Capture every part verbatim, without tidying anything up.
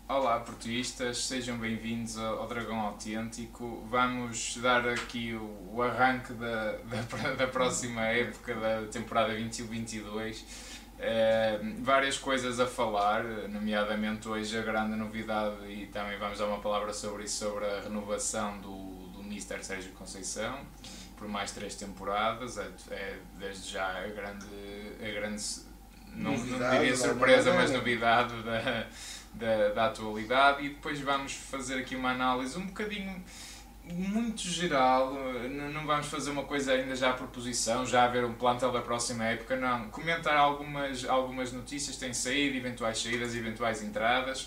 Olá, portuguistas, sejam bem-vindos ao Dragão Autêntico. Vamos dar aqui o, o arranque da, da, da próxima época, da temporada vinte e um vinte e dois. Eh, várias coisas a falar, nomeadamente hoje a grande novidade, e também vamos dar uma palavra sobre isso, sobre a renovação do, do mister Sérgio Conceição por mais três temporadas. É, é desde já a grande, a grande não, não diria surpresa, mas novidade da Da, da atualidade. E depois vamos fazer aqui uma análise um bocadinho muito geral. Não vamos fazer uma coisa ainda já por posição, já haver um plantel da próxima época, não. Comentar algumas, algumas notícias que têm saído, eventuais saídas, eventuais entradas,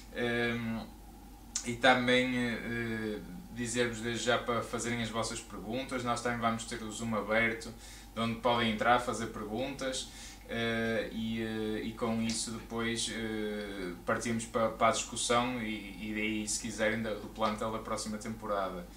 um, e também uh, dizer-vos desde já para fazerem as vossas perguntas. Nós também vamos ter o Zoom aberto, de onde podem entrar, fazer perguntas. Uh, e, uh, e com isso depois uh, partimos para, para a discussão e, e daí, se quiserem, do, do plantel da próxima temporada.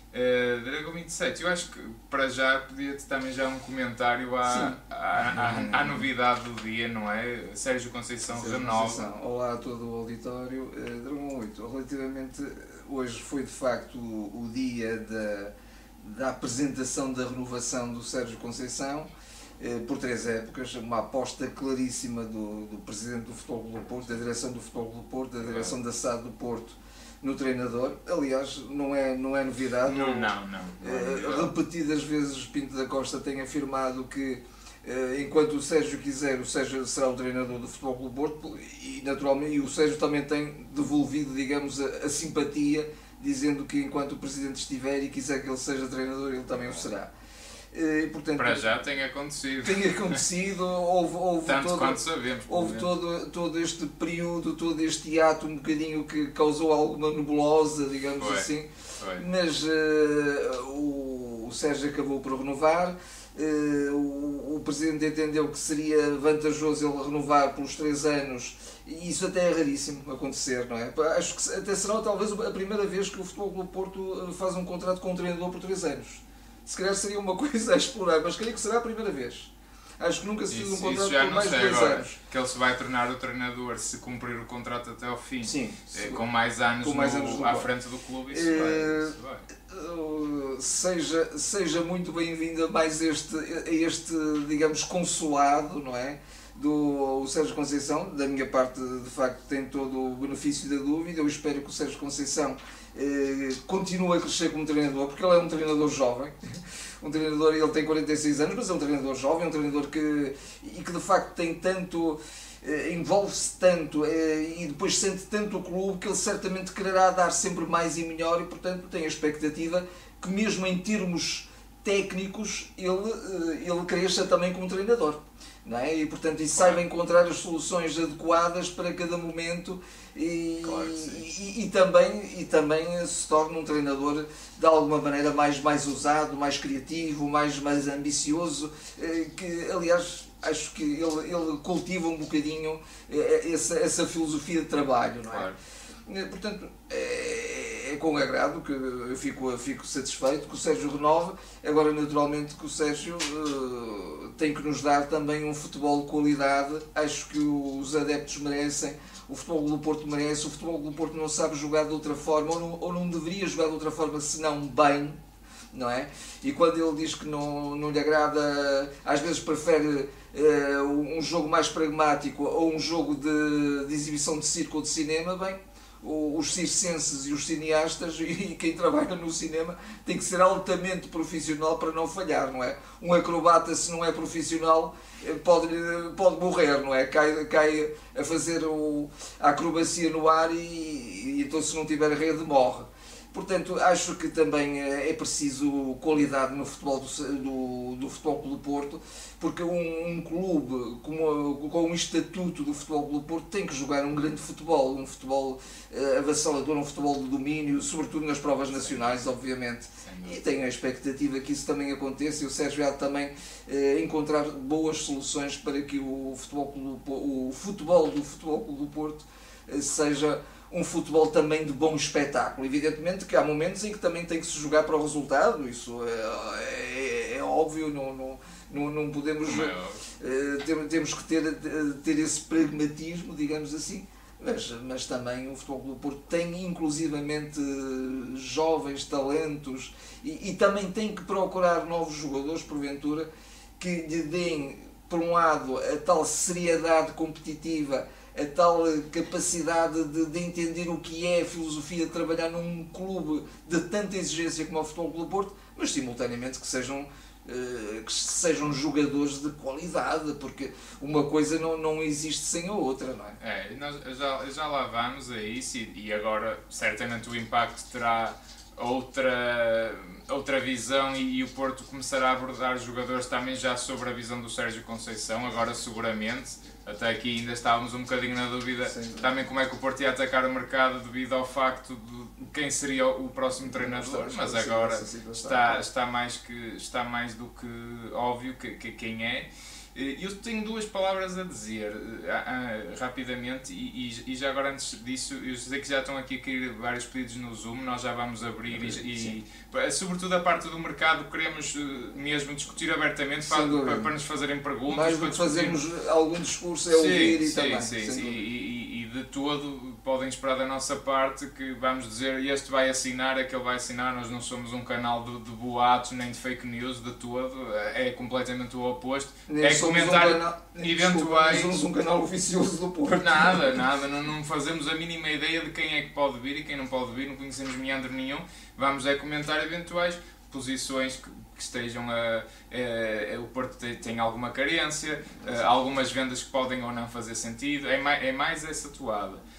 Uh, Dragão vinte e sete, eu acho que para já podia-te também já um comentário à, à, à, à novidade do dia, não é? Sérgio Conceição Sérgio renova. Conceição. Olá a todo o auditório. Uh, Dragão oito, relativamente, hoje foi de facto o, o dia da, da apresentação da renovação do Sérgio Conceição por três épocas, uma aposta claríssima do, do Presidente do Futebol Clube do Porto, da direção do Futebol Clube do Porto, da direção da S A D do Porto no treinador. Aliás, não é, não é novidade. Não, não, não. não é novidade. Repetidas vezes Pinto da Costa tem afirmado que enquanto o Sérgio quiser, o Sérgio será o treinador do Futebol Clube do Porto, e naturalmente e o Sérgio também tem devolvido, digamos, a, a simpatia, dizendo que enquanto o Presidente estiver e quiser que ele seja treinador, ele também o será. E, portanto, para já tem acontecido. Tem acontecido, houve, houve, Tanto todo, quanto sabemos, houve todo, todo este período, todo este ato um bocadinho que causou alguma nebulosa, digamos foi, assim, foi. Mas uh, o, o Sérgio acabou por renovar, uh, o, o Presidente entendeu que seria vantajoso ele renovar pelos três anos, e isso até é raríssimo acontecer, não é? Acho que até será talvez a primeira vez que o Futebol Clube do Porto faz um contrato com um treinador por três anos. Se calhar seria uma coisa a explorar, mas creio que será a primeira vez. Acho que nunca se fez um contrato por mais de dois anos. Que ele se vai tornar o treinador se cumprir o contrato até ao fim. Sim. É, com mais anos, com mais no, anos à frente do clube, isso, é, vai, isso vai. Seja, seja muito bem-vindo a mais este, a este, digamos, consulado, não é? Do o Sérgio Conceição. Da minha parte, de facto, tem todo o benefício da dúvida. Eu espero que o Sérgio Conceição eh, continue a crescer como treinador, porque ele é um treinador jovem. Um treinador, ele tem quarenta e seis anos, mas é um treinador jovem, um treinador que, e que de facto tem tanto, eh, envolve-se tanto eh, e depois sente tanto o clube que ele certamente quererá dar sempre mais e melhor, e portanto tem a expectativa que mesmo em termos técnicos ele, ele cresça também como treinador. Não é? E portanto e saiba encontrar as soluções adequadas para cada momento e, claro e, e, também, e também se torna um treinador de alguma maneira mais, mais ousado, mais criativo, mais, mais ambicioso, que aliás acho que ele, ele cultiva um bocadinho essa, essa filosofia de trabalho, não é? Claro. Portanto, é, é com agrado que eu fico, fico satisfeito que o Sérgio renove. Agora, naturalmente, que o Sérgio uh, tem que nos dar também um futebol de qualidade. Acho que os adeptos merecem, o Futebol do Porto merece. O Futebol do Porto não sabe jogar de outra forma, ou não, ou não deveria jogar de outra forma, senão bem, não é? E quando ele diz que não, não lhe agrada, às vezes prefere uh, um jogo mais pragmático ou um jogo de, de exibição de circo ou de cinema, bem, os circenses e os cineastas e quem trabalha no cinema tem que ser altamente profissional para não falhar, não é? Um acrobata, se não é profissional, pode, pode morrer, não é? Cai, cai a fazer o, a acrobacia no ar e, e então, se não tiver rede, morre. Portanto, acho que também é preciso qualidade no futebol do, do, do Futebol Clube do Porto, porque um, um clube com, com um estatuto do Futebol Clube do Porto tem que jogar um grande futebol, um futebol uh, avassalador, um futebol de domínio, sobretudo nas provas nacionais, obviamente. E tenho a expectativa que isso também aconteça, e o Sérgio há também uh, encontrar boas soluções para que o futebol, Clube, o futebol do Futebol Clube do Porto uh, seja um futebol também de bom espetáculo. Evidentemente que há momentos em que também tem que se jogar para o resultado, isso é, é, é óbvio, não, não, não, não podemos, é, temos que ter, ter esse pragmatismo, digamos assim, Mas, mas também o Futebol Clube do Porto tem inclusivamente jovens talentos e, e também tem que procurar novos jogadores, porventura, que lhe deem, por um lado, a tal seriedade competitiva, a tal capacidade de, de entender o que é a filosofia de trabalhar num clube de tanta exigência como é o Futebol Clube do Porto, mas simultaneamente que sejam que sejam jogadores de qualidade, porque uma coisa não, não existe sem a outra, não é? É, nós já, já lá vamos a isso e, e agora certamente o Impacto terá outra, outra visão e, e o Porto começará a abordar jogadores também já sobre a visão do Sérgio Conceição, agora seguramente. Até aqui ainda estávamos um bocadinho na dúvida também como é que o Porto ia atacar o mercado devido ao facto de quem seria o próximo treinador, mas agora está, está, mais, que, está mais do que óbvio que, que quem é. Eu tenho duas palavras a dizer uh, uh, rapidamente e, e, e já agora antes disso, eu sei que já estão aqui a cair vários pedidos no Zoom, nós já vamos abrir e, e sobretudo a parte do mercado queremos uh, mesmo discutir abertamente para, para, para nos fazerem perguntas. Mais do que fazermos algum discurso é ouvir sim, e sim, também. Sim, sim, e, e, e de todo podem esperar da nossa parte que vamos dizer este vai assinar, aquele vai assinar, nós não somos um canal de, de boatos nem de fake news de todo, é completamente o oposto. Nem é comentar um canal, eventuais... Desculpa, somos um canal oficioso do Porto. Nada, nada, não, não fazemos a mínima ideia de quem é que pode vir e quem não pode vir, não conhecemos meandro nenhum, vamos é comentar eventuais posições que, que estejam a, a, a... o Porto tem, tem alguma carência, a, algumas vendas que podem ou não fazer sentido, é mais, é mais essa toada.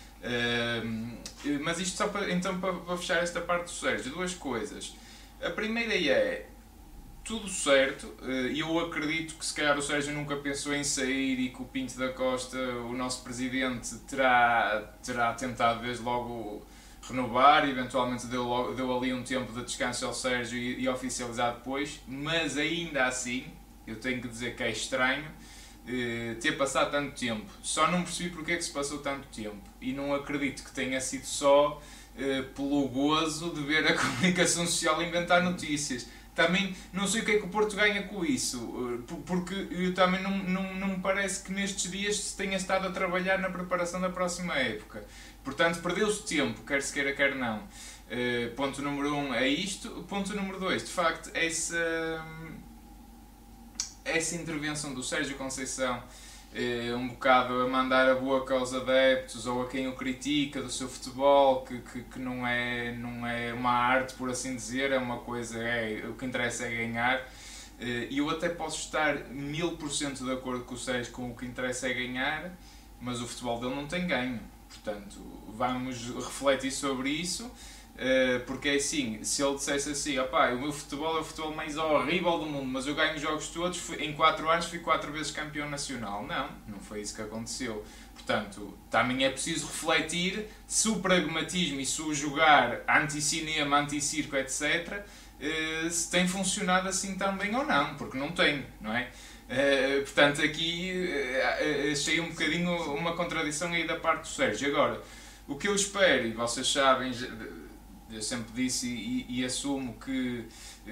Uh, mas isto só para, então para, para fechar esta parte do Sérgio, duas coisas. A primeira é tudo certo, e eu acredito que se calhar o Sérgio nunca pensou em sair e que o Pinto da Costa, o nosso presidente, terá, terá tentado desde logo renovar e eventualmente deu, logo, deu ali um tempo de descanso ao Sérgio e, e oficializar depois, mas ainda assim eu tenho que dizer que é estranho Uh, ter passado tanto tempo. Só não percebi porque é que se passou tanto tempo e não acredito que tenha sido só uh, pelo gozo de ver a comunicação social inventar notícias. Também não sei o que é que o Porto ganha com isso, uh, porque eu também não, não, não me parece que nestes dias se tenha estado a trabalhar na preparação da próxima época. Portanto, perdeu-se tempo, quer se queira, quer não. Uh, ponto número um é isto. Ponto número dois, de facto, essa... essa intervenção do Sérgio Conceição eh, um bocado a mandar a boca aos adeptos ou a quem o critica do seu futebol, que, que, que não, é, não é uma arte, por assim dizer, é uma coisa, é, o que interessa é ganhar. E eh, eu até posso estar mil por cento de acordo com o Sérgio com o que interessa é ganhar, mas o futebol dele não tem ganho. Portanto, vamos refletir sobre isso. Uh, porque é assim, se ele dissesse assim, opá, o meu futebol é o futebol mais horrível do mundo, mas eu ganho os jogos todos, em quatro anos fui quatro vezes campeão nacional. Não, não foi isso que aconteceu. Portanto, também é preciso refletir se o pragmatismo e se o jogar anti-cinema, anti-circo, etcétera, uh, se tem funcionado assim tão bem ou não, porque não tem, não é? Uh, portanto, aqui uh, achei um bocadinho uma contradição aí da parte do Sérgio. Agora, o que eu espero, e vocês sabem, eu sempre disse e, e, e assumo que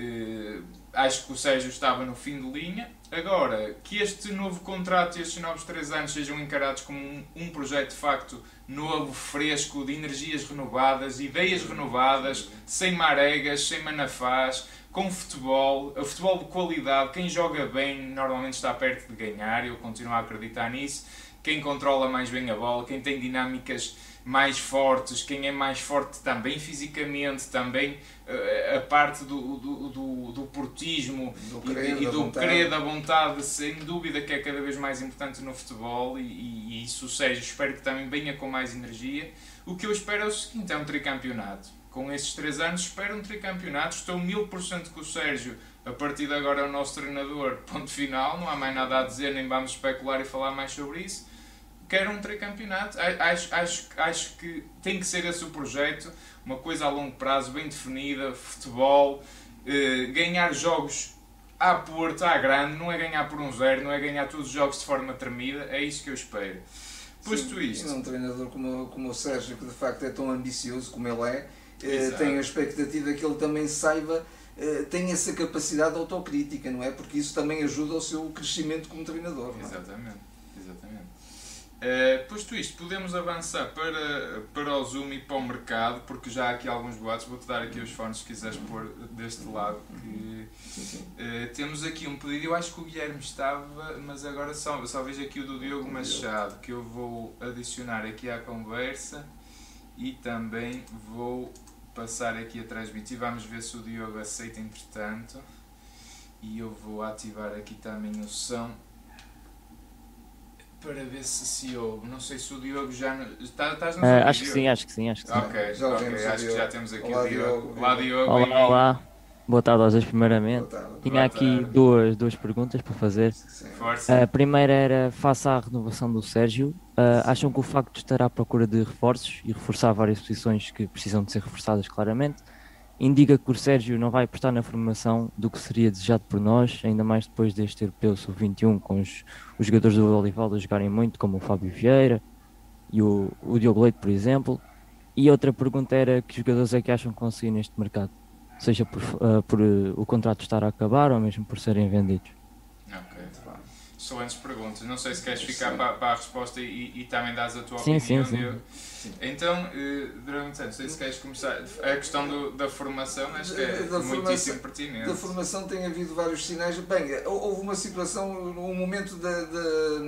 eh, acho que o Sérgio estava no fim de linha. Agora, que este novo contrato e estes novos três anos sejam encarados como um, um projeto de facto novo, fresco, de energias renovadas, ideias renovadas, sem maregas, sem manafás, com futebol, a futebol de qualidade, quem joga bem normalmente está perto de ganhar, eu continuo a acreditar nisso, quem controla mais bem a bola, quem tem dinâmicas mais fortes, quem é mais forte também fisicamente, também uh, a parte do, do, do, do portismo do e, e do querer da vontade, sem dúvida que é cada vez mais importante no futebol e, e, e isso o Sérgio espero que também venha com mais energia. O que eu espero é o seguinte, é um tricampeonato. Com esses três anos espero um tricampeonato, estou mil por cento com o Sérgio, a partir de agora é o nosso treinador, ponto final, não há mais nada a dizer, nem vamos especular e falar mais sobre isso. Quero um tricampeonato, acho, acho, acho que tem que ser esse o projeto, uma coisa a longo prazo, bem definida, futebol, eh, ganhar jogos à Porto, à grande, não é ganhar por um zero, não é ganhar todos os jogos de forma tremida, é isso que eu espero. Posto Sim, isto... um treinador como, como o Sérgio, que de facto é tão ambicioso como ele é, eh, tem a expectativa que ele também saiba, eh, tem essa capacidade de autocrítica, não é? Porque isso também ajuda ao seu crescimento como treinador. Não é? Exatamente, exatamente. Uh, posto isto, podemos avançar para, para o Zoom e para o mercado, porque já há aqui alguns boatos. Vou-te dar aqui os fones se quiseres pôr deste lado. Que, uh, temos aqui um pedido, eu acho que o Guilherme estava, mas agora só, só vejo aqui o do Diogo Machado, que eu vou adicionar aqui à conversa e também vou passar aqui a transmitir. Vamos ver se o Diogo aceita entretanto. E eu vou ativar aqui também o som para ver se se ouve. Não sei se o Diogo já... Está, estás no uh, Acho que sim, acho que sim, acho que sim. Ok, já okay. acho que já temos aqui olá, o Diogo. Diogo. Olá, Diogo. Olá, olá. Boa tarde aos dois, primeiramente. Boa tarde. Tinha Boa aqui tarde. duas, duas perguntas para fazer. Força. A primeira era, face à renovação do Sérgio, uh, acham que o facto de estar à procura de reforços e reforçar várias posições que precisam de ser reforçadas claramente, indica que o Sérgio não vai apostar na formação do que seria desejado por nós, ainda mais depois deste europeu sub vinte e um, com os, os jogadores do Olival a jogarem muito, como o Fábio Vieira e o, o Diogo Leite, por exemplo. E outra pergunta era, que jogadores é que acham que vão seguir neste mercado? Seja por, uh, por uh, o contrato estar a acabar ou mesmo por serem vendidos. Ok, excelentes perguntas. Não sei se queres ficar para, para a resposta e, e também dás a tua sim, opinião. Sim, sim. Sim. Então, uh, não sei se queres começar. A questão do, da formação acho que é da muitíssimo formação, pertinente. Da formação tem havido vários sinais. Bem, houve uma situação, um momento da, da,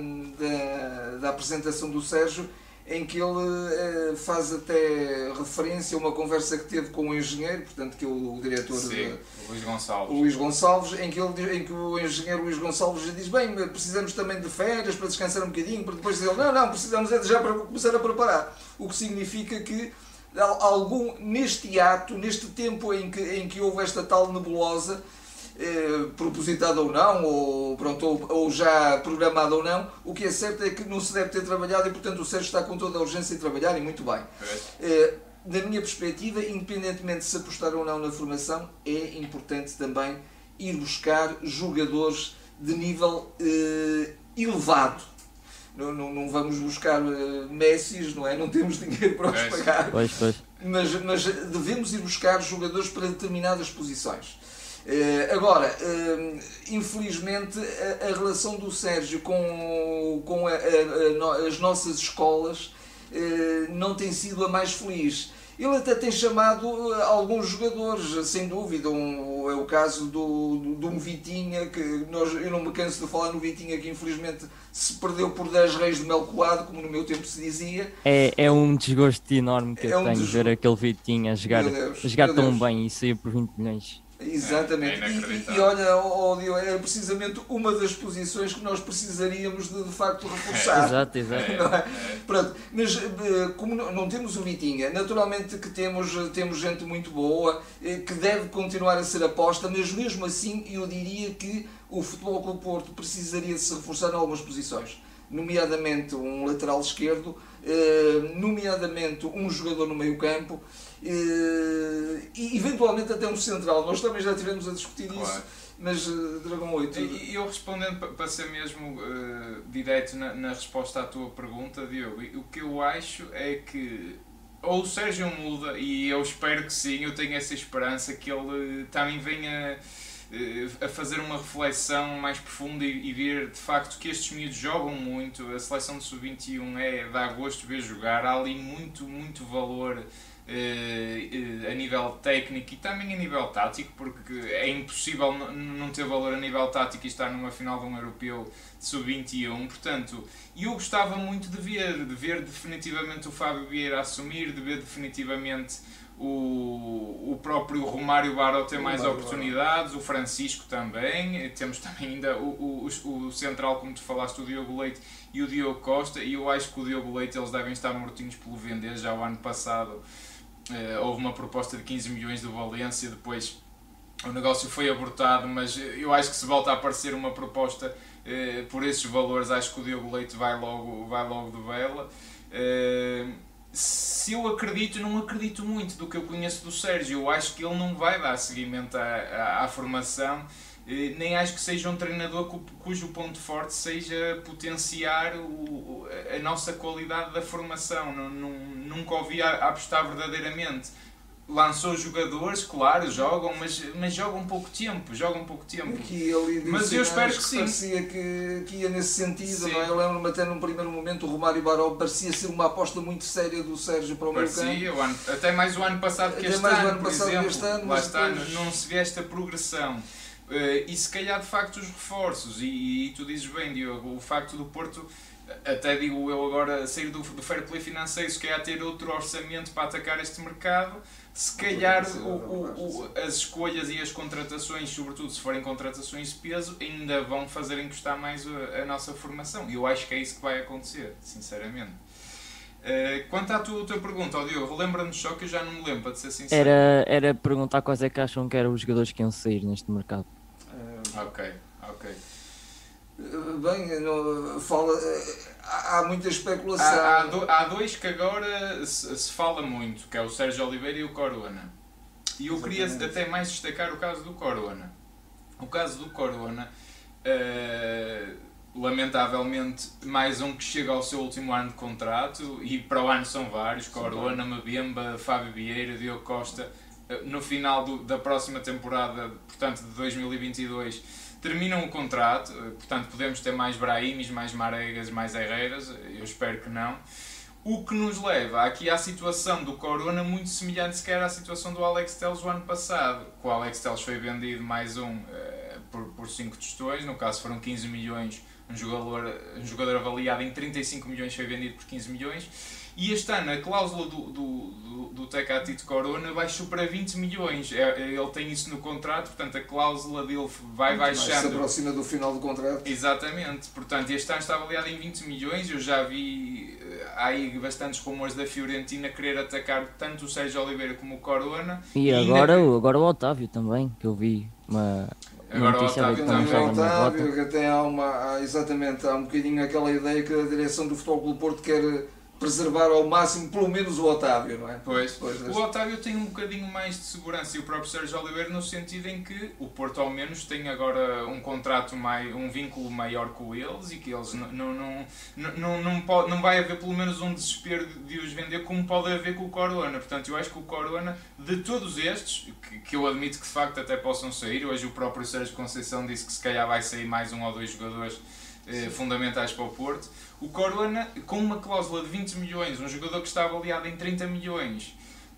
da, da apresentação do Sérgio, em que ele eh, faz até referência a uma conversa que teve com o engenheiro, portanto que é o, o diretor Sim, de, o Luís Gonçalves, o Luís Gonçalves em, que ele, em que o engenheiro Luís Gonçalves diz, bem, precisamos também de férias para descansar um bocadinho, para depois dizer, não, não, precisamos é de já para começar a preparar, o que significa que algum, neste ato, neste tempo em que, em que houve esta tal nebulosa, Eh, propositado ou não, ou, pronto, ou, ou já programado ou não, o que é certo é que não se deve ter trabalhado e, portanto, o Sérgio está com toda a urgência em trabalhar e muito bem. Eh, da minha perspectiva, independentemente de se apostar ou não na formação, é importante também ir buscar jogadores de nível eh, elevado. Não, não, não vamos buscar uh, Messis, não é? Não temos dinheiro para os pagar. Pois, pois. Mas, mas devemos ir buscar jogadores para determinadas posições. Uh, agora, uh, infelizmente, a, a relação do Sérgio com, com a, a, a, as nossas escolas uh, não tem sido a mais feliz. Ele até tem chamado alguns jogadores, sem dúvida, um, é o caso do, do, de um Vitinha, que nós, eu não me canso de falar no Vitinha, que infelizmente se perdeu por dez reis de mel coado, como no meu tempo se dizia. É, é um desgosto enorme que é eu um tenho de ver aquele Vitinha a jogar, Deus, a jogar tão Deus. bem e sair por vinte milhões. Exatamente, é, é e, e olha, oh, oh, é precisamente uma das posições que nós precisaríamos de, de facto reforçar. Exato, exato. Não é? Pronto, mas como não temos o Vitinha, naturalmente que temos, temos gente muito boa, que deve continuar a ser aposta, mas mesmo assim eu diria que o Futebol Clube Porto precisaria de se reforçar em algumas posições, nomeadamente um lateral esquerdo, nomeadamente um jogador no meio campo, e eventualmente até um central. Nós também já tivemos a discutir claro. isso, mas Dragão oito... E eu respondendo para ser mesmo uh, direto na, na resposta à tua pergunta, Diogo, o que eu acho é que ou o Sérgio muda, e eu espero que sim, eu tenho essa esperança que ele também venha a fazer uma reflexão mais profunda e, e ver de facto que estes miúdos jogam muito. A seleção de sub vinte e um é, dá gosto ver jogar, há ali muito, muito valor Uh, uh, a nível técnico e também a nível tático, porque é impossível n- não ter valor a nível tático e estar numa final de um europeu de sub vinte e um, portanto, eu gostava muito de ver, de ver definitivamente o Fábio Vieira assumir, de ver definitivamente o, o próprio Romário Baró ter mais oportunidades, o Francisco também, temos também ainda o, o, o central, como tu falaste, o Diogo Leite e o Diogo Costa, e eu acho que o Diogo Leite eles devem estar mortinhos pelo vender. Já o ano passado Uh, houve uma proposta de quinze milhões do Valência, depois o negócio foi abortado, mas eu acho que se volta a aparecer uma proposta uh, por esses valores, acho que o Diogo Leite vai logo, vai logo de vela. Uh, se eu acredito, não acredito muito do que eu conheço do Sérgio, eu acho que ele não vai dar seguimento à, à, à formação, uh, nem acho que seja um treinador cu, cujo ponto forte seja potenciar o, a nossa qualidade da formação. Não, não, nunca ouvi a, a apostar verdadeiramente. lançou jogadores, claro, jogam, mas, mas jogam pouco tempo, jogam pouco tempo. Aqui, ali, mas eu espero que, que sim. Parecia que, que ia nesse sentido, sim. não é? Eu lembro-me até num primeiro momento o Romário Baró parecia ser uma aposta muito séria do Sérgio para o meio campo. Até mais o ano passado que até este mais ano, o ano por passado exemplo, que este ano, lá mas está, depois... não se vê esta progressão. Uh, e se calhar de facto os reforços, e, e tu dizes bem, Diogo, o facto do Porto, até digo eu agora, sair do, do fair play financeiro, se calhar ter outro orçamento para atacar este mercado, se calhar o, o, o, as escolhas e as contratações, sobretudo se forem contratações de peso, ainda vão fazer encostar mais a, a nossa formação. E eu acho que é isso que vai acontecer, sinceramente. Uh, quanto à tua, tua pergunta, oh Diogo, relembra-nos só que eu já não me lembro, para ser sincero. Era, era perguntar quais é que acham que eram os jogadores que iam sair neste mercado. Uh, ok, ok. Bem, não, fala, há muita especulação. Há, há, do, há dois que agora se, se fala muito, que é o Sérgio Oliveira e o Corona. E eu Exatamente. Queria até mais destacar o caso do Corona. O caso do Corona, uh, lamentavelmente, mais um que chega ao seu último ano de contrato, e para o ano são vários, Corona, Mbemba, Fábio Vieira, Diogo Costa, uh, no final do, da próxima temporada, portanto de dois mil e vinte e dois, terminam o contrato, portanto podemos ter mais Brahimis, mais Maregas, mais Herreras, eu espero que não. O que nos leva aqui à situação do Corona muito semelhante sequer à situação do Alex Telles o ano passado. O Alex Telles foi vendido mais um uh, por, por cinco tostões, no caso foram quinze milhões, um jogador, um jogador avaliado em trinta e cinco milhões foi vendido por quinze milhões. E este ano a cláusula do, do, do, do Tecatito Corona baixou para vinte milhões. Ele tem isso no contrato, portanto a cláusula dele vai baixando. Mas se aproxima do final do contrato. Exatamente. Portanto, este ano está avaliado em vinte milhões. Eu já vi há aí bastantes rumores da Fiorentina querer atacar tanto o Sérgio Oliveira como o Corona. E, e agora, ainda... agora o Otávio também, que eu vi uma... Agora o Otávio também. O Otávio, que até há uma, há, exatamente, há um bocadinho aquela ideia que a direção do Futebol Clube Porto quer preservar ao máximo, pelo menos o Otávio, não é? Pois, pois o Otávio tem um bocadinho mais de segurança e o próprio Sérgio Oliveira no sentido em que o Porto ao menos tem agora um contrato, mai, um vínculo maior com eles e que eles não, não, não, não, não, pode, não vai haver pelo menos um desespero de os vender como pode haver com o Corona. Portanto, eu acho que o Corona, de todos estes, que, que eu admito que de facto até possam sair, hoje o próprio Sérgio Conceição disse que se calhar vai sair mais um ou dois jogadores eh, fundamentais para o Porto. O Corona, com uma cláusula de vinte milhões, um jogador que está avaliado em trinta milhões,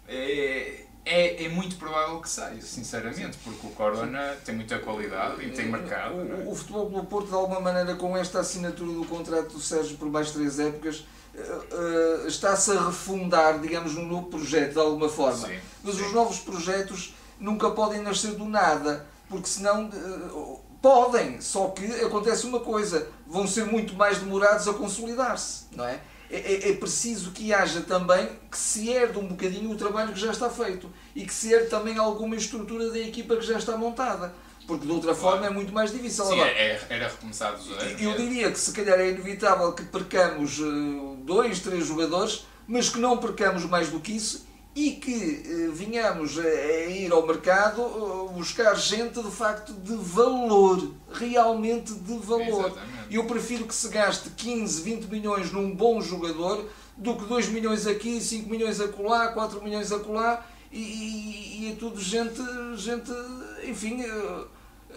é, é, é muito provável que saia, sinceramente, porque o Corona tem muita qualidade e tem mercado. O, o Futebol Clube Porto, de alguma maneira, com esta assinatura do contrato do Sérgio por mais três épocas, uh, uh, está-se a refundar, digamos, num novo projeto, de alguma forma. Sim, Mas sim. Os novos projetos nunca podem nascer do nada, porque senão... Uh, Podem, só que acontece uma coisa, vão ser muito mais demorados a consolidar-se, não é? É, é? é preciso que haja também, que se herde um bocadinho o trabalho que já está feito e que se herde também alguma estrutura da equipa que já está montada, porque de outra forma claro. É muito mais difícil. Sim, Agora, é, era recomeçar do zero. Eu diria que se calhar é inevitável que percamos dois, três jogadores, mas que não percamos mais do que isso, e que eh, vinhamos a, a ir ao mercado uh, buscar gente de facto de valor, realmente de valor. Exatamente. Eu prefiro que se gaste quinze, vinte milhões num bom jogador do que dois milhões aqui, cinco milhões acolá, quatro milhões acolá e, e, e é tudo gente, gente enfim, uh,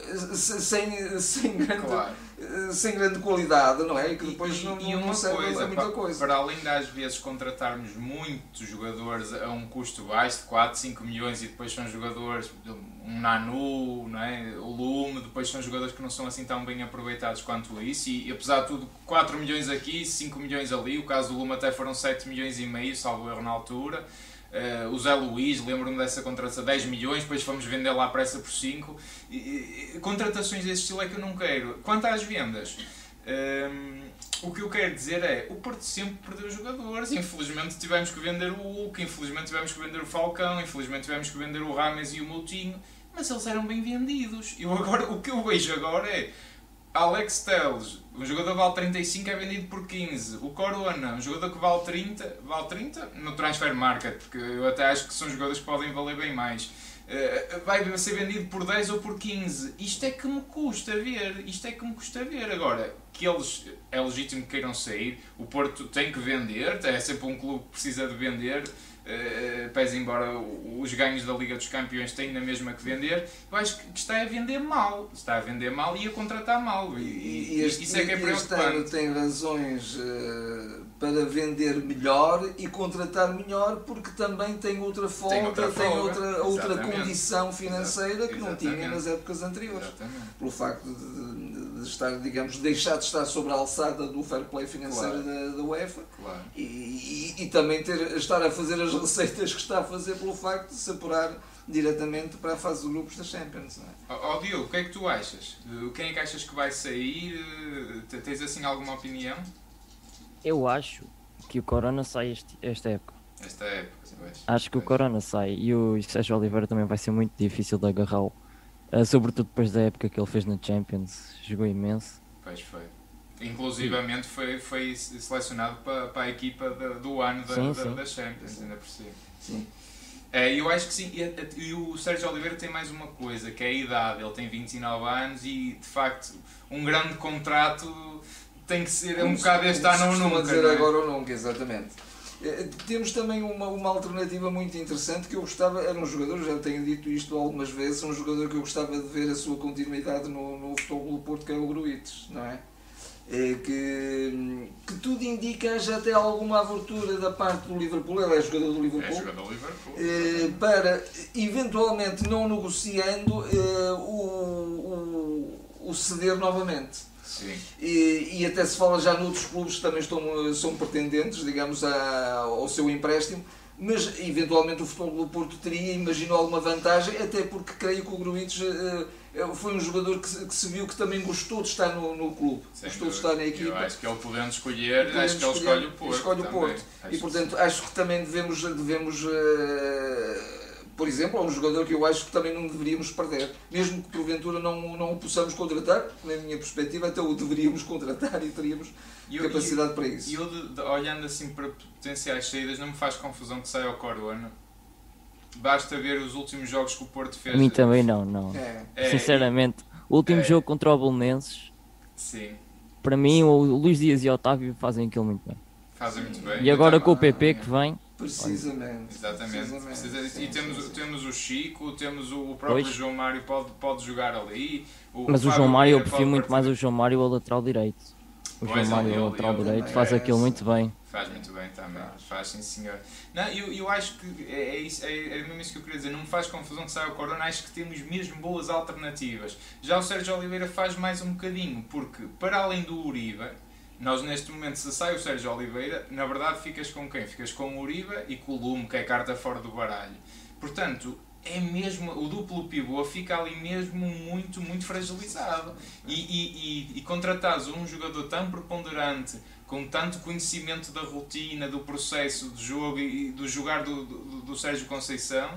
sem, sem, grande, claro. sem grande qualidade, não é? E que depois e, não, e não serve coisa, a muita coisa. Para além de às vezes contratarmos muitos jogadores a um custo baixo de quatro, cinco milhões e depois são jogadores, um Nanu, não é? O Lume, depois são jogadores que não são assim tão bem aproveitados quanto isso e, e apesar de tudo quatro milhões aqui, cinco milhões ali, o caso do Lume até foram sete milhões e meio, salvo erro na altura. Uh, o Zé Luís, lembro-me dessa contratação, dez milhões, depois fomos vender lá à pressa por cinco. E, e, contratações desse estilo é que eu não quero. Quanto às vendas, um, o que eu quero dizer é, o Porto sempre perdeu jogadores, infelizmente tivemos que vender o Hulk, infelizmente tivemos que vender o Falcão, infelizmente tivemos que vender o Rames e o Moutinho, mas eles eram bem vendidos. Eu agora, o que eu vejo agora é Alex Telles, um jogador que vale trinta e cinco é vendido por quinze. O Corona, um jogador que vale trinta, vale trinta no transfer market, porque eu até acho que são jogadores que podem valer bem mais. Uh, vai ser vendido por dez ou por quinze. Isto é que me custa ver. Isto é que me custa ver. Agora, que eles é legítimo que queiram sair, o Porto tem que vender, é sempre um clube que precisa de vender. uh, pese embora os ganhos da Liga dos Campeões têm na mesma que vender, eu acho que está a vender mal, está a vender mal e a contratar mal, e, e, e este, isso é que é preocupante. Este ano tem razões uh, para vender melhor e contratar melhor, porque também tem outra folga, tem outra, tem outra, outra condição financeira que não tinha nas épocas anteriores. Exatamente. Pelo facto de, de estar, digamos, deixar de estar sobre a alçada do fair play financeiro, claro, da, da UEFA, claro, e, e, e também ter, estar a fazer as receitas que está a fazer pelo facto de se apurar diretamente para a fase de grupos da Champions. Não é? Ó oh, Diogo, o que é que tu achas? Quem é que achas que vai sair? Tens assim alguma opinião? Eu acho que o Corona sai este, esta época. Esta época, sim, vejo. Acho que o Corona sai e o Sérgio Oliveira também vai ser muito difícil de agarrá-lo. Uh, sobretudo depois da época que ele fez na Champions. Jogou imenso. Pois foi. Inclusivamente foi, foi selecionado para, para a equipa de, do ano da, sim, da, sim. da Champions, ainda por cima. Sim. É, eu acho que sim, e, e o Sérgio Oliveira tem mais uma coisa, que é a idade. Ele tem vinte e nove anos e, de facto, um grande contrato tem que ser um bocado este ano ou nunca. dizer não é? Agora ou nunca, exatamente. Temos também uma, uma alternativa muito interessante que eu gostava, era um jogador, já tenho dito isto algumas vezes, um jogador que eu gostava de ver a sua continuidade no, no Futebol do Porto, que é o Gruites, não é? É que, que tudo indica haja até alguma abertura da parte do Liverpool, ele é jogador do Liverpool, é jogador do Liverpool é, para eventualmente não negociando é, o, o, o ceder novamente. Sim. E, e até se fala já noutros clubes que também estão, são pretendentes, digamos, a, ao seu empréstimo, mas eventualmente o Futebol do Porto teria, imagino, alguma vantagem, até porque creio que o Gruites uh, foi um jogador que, que se viu que também gostou de estar no, no clube, Sem gostou dúvida. de estar na equipa. Eu acho que ele podendo escolher, podendo acho que ele escolhe o Porto. Escolhe o Porto. Acho E portanto, que acho que também devemos, devemos uh, por exemplo, é um jogador que eu acho que também não deveríamos perder, mesmo que porventura não, não o possamos contratar, na minha perspectiva até o deveríamos contratar e teríamos eu, capacidade eu, para isso. E eu, de, de, olhando assim para potenciais saídas, não me faz confusão que saia o Corona. Basta ver os últimos jogos que o Porto fez. A mim também não, não. É. É, Sinceramente, o último é. jogo contra o Belenenses, sim. para mim o Luís Dias e o Otávio fazem aquilo muito bem. Fazem muito bem. E agora então, com o P P que vem... Precisamente. Exatamente. Precisamente. Precisa, Sim, e temos, sim, sim. temos o Chico, temos o próprio Pois. João Mário pode, pode jogar ali. O Mas o Fábio João Mário, eu Vieira prefiro pode muito mais partir- o João Mário ao lateral direito. O Pois, João ele- Mário ao ele- lateral ele direito também faz é aquilo esse. muito bem. Faz muito bem também, Faz. faz sim senhor. Não, eu, eu acho que é, é, isso, é, é mesmo isso que eu queria dizer, não me faz confusão que saia o Corona, acho que temos mesmo boas alternativas. Já o Sérgio Oliveira faz mais um bocadinho, porque para além do Uribe, nós neste momento, se sai o Sérgio Oliveira, na verdade ficas com quem? Ficas com o Uribe e com o Lume, que é carta fora do baralho. Portanto, é mesmo, o duplo pivô fica ali mesmo muito, muito fragilizado. E, e, e, e contratares um jogador tão preponderante, com tanto conhecimento da rotina, do processo de jogo e do jogar do, do, do Sérgio Conceição,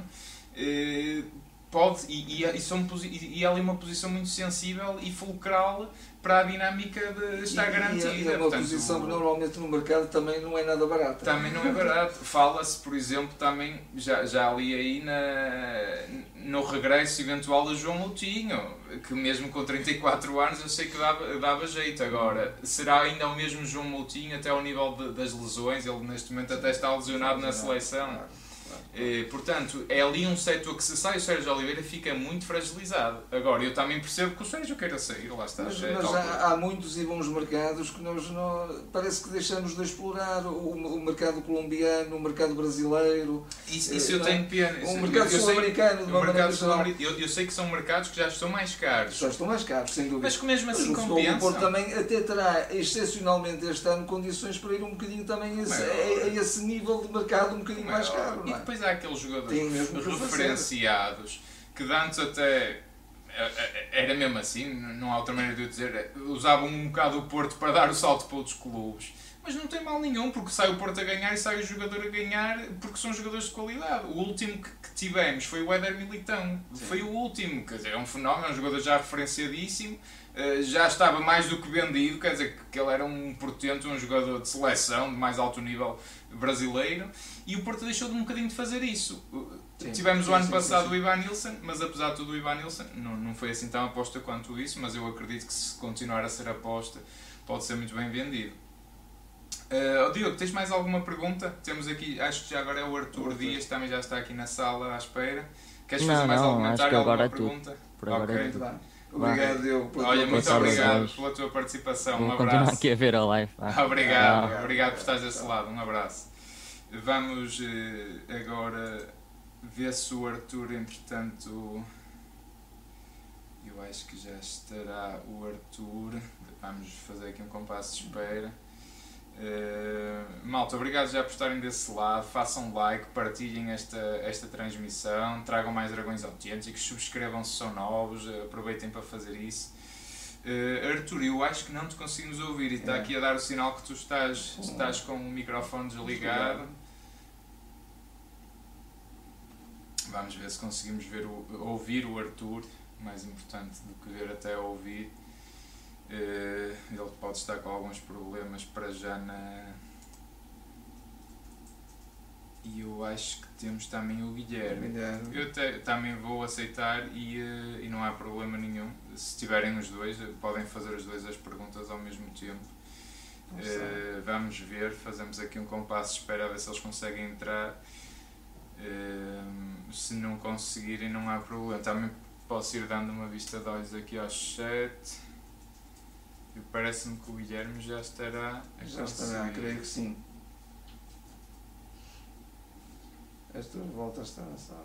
eh, pode, e, e, e, são, e é ali uma posição muito sensível e fulcral para a dinâmica de estar E- garantida. E é uma Portanto, posição que normalmente no mercado também não é nada barata. também não é barato. Fala-se, por exemplo, também, já, já ali aí na, no regresso eventual do João Moutinho, que mesmo com trinta e quatro anos eu sei que dava, dava jeito. Agora, será ainda o mesmo João Moutinho até ao nível de, das lesões? Ele neste momento até está lesionado na seleção. Eh, portanto, é ali um setor que se sai o Sérgio Oliveira fica muito fragilizado. Agora, eu também percebo que o Sérgio queira sair, lá está. Mas, é mas tal há, há muitos e bons mercados que nós não, parece que deixamos de explorar. O, o mercado colombiano, o mercado brasileiro, Isso, isso eu tenho pena. o Isso- mercado eu sei- sul-americano, de o uma mercado maneira geral. sul-americano- eu, eu sei que são mercados que já estão mais caros. Já estão mais caros, sem dúvida. Mas que mesmo assim Mas o Futebol do Porto compensam. também até terá, excepcionalmente este ano, condições para ir um bocadinho também a esse, Maior. a, a esse nível de mercado um bocadinho mais Maior. caro. E Não é? depois há aqueles jogadores Tem mesmo que fazer. referenciados que de antes até era mesmo assim, não há outra maneira de eu dizer, usavam um bocado o Porto para dar o salto para outros clubes. Mas não tem mal nenhum, porque sai o Porto a ganhar e sai o jogador a ganhar, porque são jogadores de qualidade. O último que, que tivemos foi o Éder Militão. Sim. Foi o último, quer dizer, é um fenómeno, é um jogador já referenciadíssimo, já estava mais do que vendido, quer dizer, que ele era um portento, um jogador de seleção, de mais alto nível brasileiro, e o Porto deixou de um bocadinho de fazer isso. Sim, Tivemos sim, o ano sim, passado sim, sim. o Ivan Nilsson, mas apesar de tudo o Ivan Nilsson não, não foi assim tão aposta quanto isso, mas eu acredito que se continuar a ser aposta pode ser muito bem vendido. Uh, oh, Diogo, tens mais alguma pergunta? Temos aqui, acho que já agora é o Arthur Arthur. Dias, também já está aqui na sala à espera. Queres Não, fazer mais não, algum acho comentário, que agora alguma é tudo. pergunta? Por agora Ok. é Muito tudo. bem. Obrigado, Diogo, pela Olha, tua muito Boa tarde, obrigado Luís. pela tua participação. Vou Um continuar abraço. aqui a ver a live. Ah. Obrigado, Ah. obrigado por estares desse lado. Um abraço. Vamos eh, agora ver se o Arthur, entretanto. Eu acho que já estará o Arthur. Vamos fazer aqui um compasso de espera. Uh, malta, obrigado já por estarem desse lado. Façam like, partilhem esta, esta transmissão, tragam mais dragões autênticos, subscrevam se são novos, aproveitem para fazer isso. Uh, Arthur, eu acho que não te conseguimos ouvir e está É. aqui a dar o sinal que tu estás, estás com o microfone desligado. Vamos ver se conseguimos ver o, ouvir o Arthur, mais importante do que ver até ouvir. Uh, ele pode estar com alguns problemas para já na... E eu acho que temos também o Guilherme. Guilherme. Eu te, também vou aceitar e, uh, e não há problema nenhum. Se tiverem os dois, podem fazer os dois as perguntas ao mesmo tempo. Uh, vamos ver, fazemos aqui um compasso de espera a ver se eles conseguem entrar. Uh, se não conseguirem, não há problema. Também posso ir dando uma vista de olhos aqui ao chat. Parece-me que o Guilherme já estará a Já estará, creio que sim. Esta volta está na sala.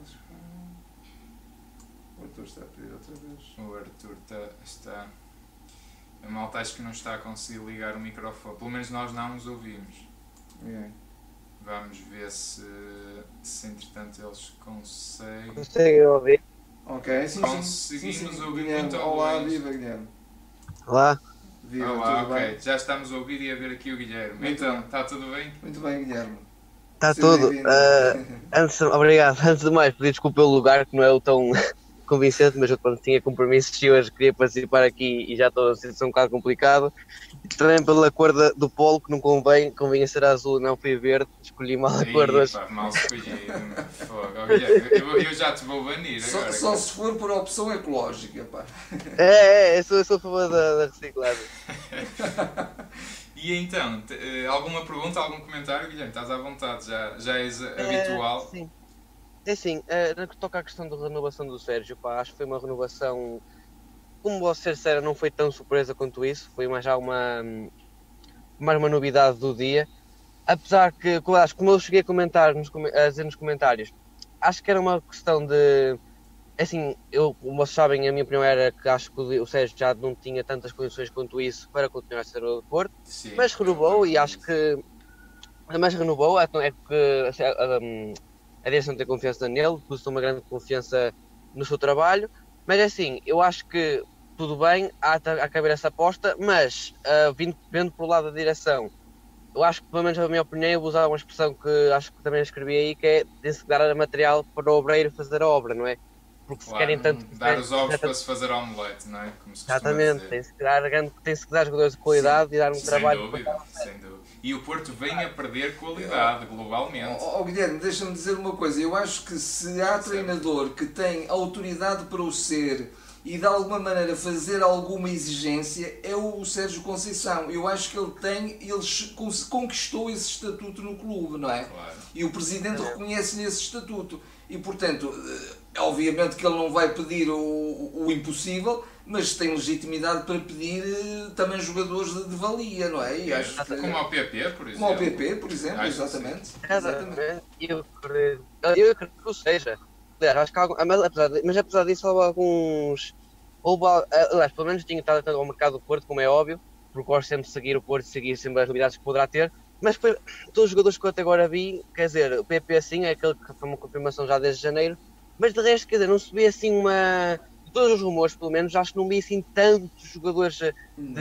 O Arthur está a pedir outra vez. O Arthur está, está... A malta acho que não está a conseguir ligar o microfone. Pelo menos nós não os ouvimos. É. Vamos ver se, se entretanto eles conseguem. Conseguem ouvir? Ok, sim, Conseguimos sim. sim, sim. ouvir Guilherme, muito ao olá, longe. viva Guilherme. Olá. Viva, Olá, tudo ok. bem? Já estamos a ouvir e a ver aqui o Guilherme. Muito Então, bem. está tudo bem? Muito bem, Guilherme. Está Seja tudo. bem-vindo. Uh, antes, obrigado. Antes de mais, pedir desculpa pelo lugar, que não é o tão convincente, mas eu quando tinha compromissos e hoje queria participar aqui e já estou a situação um bocado complicado. E também pela cor da, do polo, que não convém, convinha ser azul, não fui verde, escolhi mal a cor hoje. Ih, pá, mal escolhido. Fogo. Oh, Guilherme, eu, eu já te vou banir Só, agora. só se for por opção ecológica, pá. É, é, eu sou, eu sou a favor da, da reciclagem. E então, te- eh, alguma pergunta, algum comentário, Guilherme? Estás à vontade, já, já és habitual. É, sim. É assim, uh, no que toca à questão da renovação do Sérgio, pá, acho que foi uma renovação, como vou ser sério, não foi tão surpresa quanto isso, foi mais já uma, mais uma novidade do dia. Apesar que, como acho- como eu cheguei a comentar, nos, come- a dizer nos comentários, acho que era uma questão de, assim, eu, como vocês sabem, a minha opinião era que acho que o o Sérgio já não tinha tantas condições quanto isso para continuar a ser o Porto, Sim, mas renovou e acho que, mas renovou, é que é que assim, a, a- a direção tem confiança nele, depositou uma grande confiança no seu trabalho, mas é assim, eu acho que tudo bem, há, há que haver essa aposta, mas ah, vindo, vendo por lado da direção, eu acho que, pelo menos na minha opinião, eu vou usar uma expressão que acho que também escrevi aí, que é tem-se que dar material para o obreiro fazer a obra, não é? Porque se claro, querem tanto... dar os ovos se- para se fazer omelete, não é? Como se costuma Exatamente, dizer. tem-se que dar, grande- tem-se que dar jogadores de qualidade e dar um Sem trabalho... dúvida, sem dúvida. E o Porto vem a perder qualidade globalmente. Ó, ó, Guilherme, deixa-me dizer uma coisa. Eu acho que se há treinador que tem autoridade para o ser e de alguma maneira fazer alguma exigência, é o Sérgio Conceição. Eu acho que ele tem, ele conquistou esse estatuto no clube, não é? Claro. E o Presidente reconhece-lhe esse estatuto. E, portanto, eh, obviamente que ele não vai pedir o, o impossível, mas tem legitimidade para pedir eh, também jogadores de, de valia, não é? E acho que, Como ao P P, por exemplo. como ao P P, por exemplo, Acho que exatamente. Exatamente. exatamente. Eu acredito, eu acredito que o seja. Aliás, acho que há algum, mas, apesar de, mas apesar disso, houve alguns. Houve, aliás, pelo menos tinha estado atento ao mercado do Porto, como é óbvio, porque gosto sempre de seguir o Porto e seguir sempre as novidades que poderá ter. Mas foi, todos os jogadores que eu até agora vi, quer dizer, o P P sim é aquele que foi uma confirmação já desde janeiro, mas de resto, quer dizer, não se vê assim uma. De todos os rumores, pelo menos, acho que não vi assim tantos jogadores de,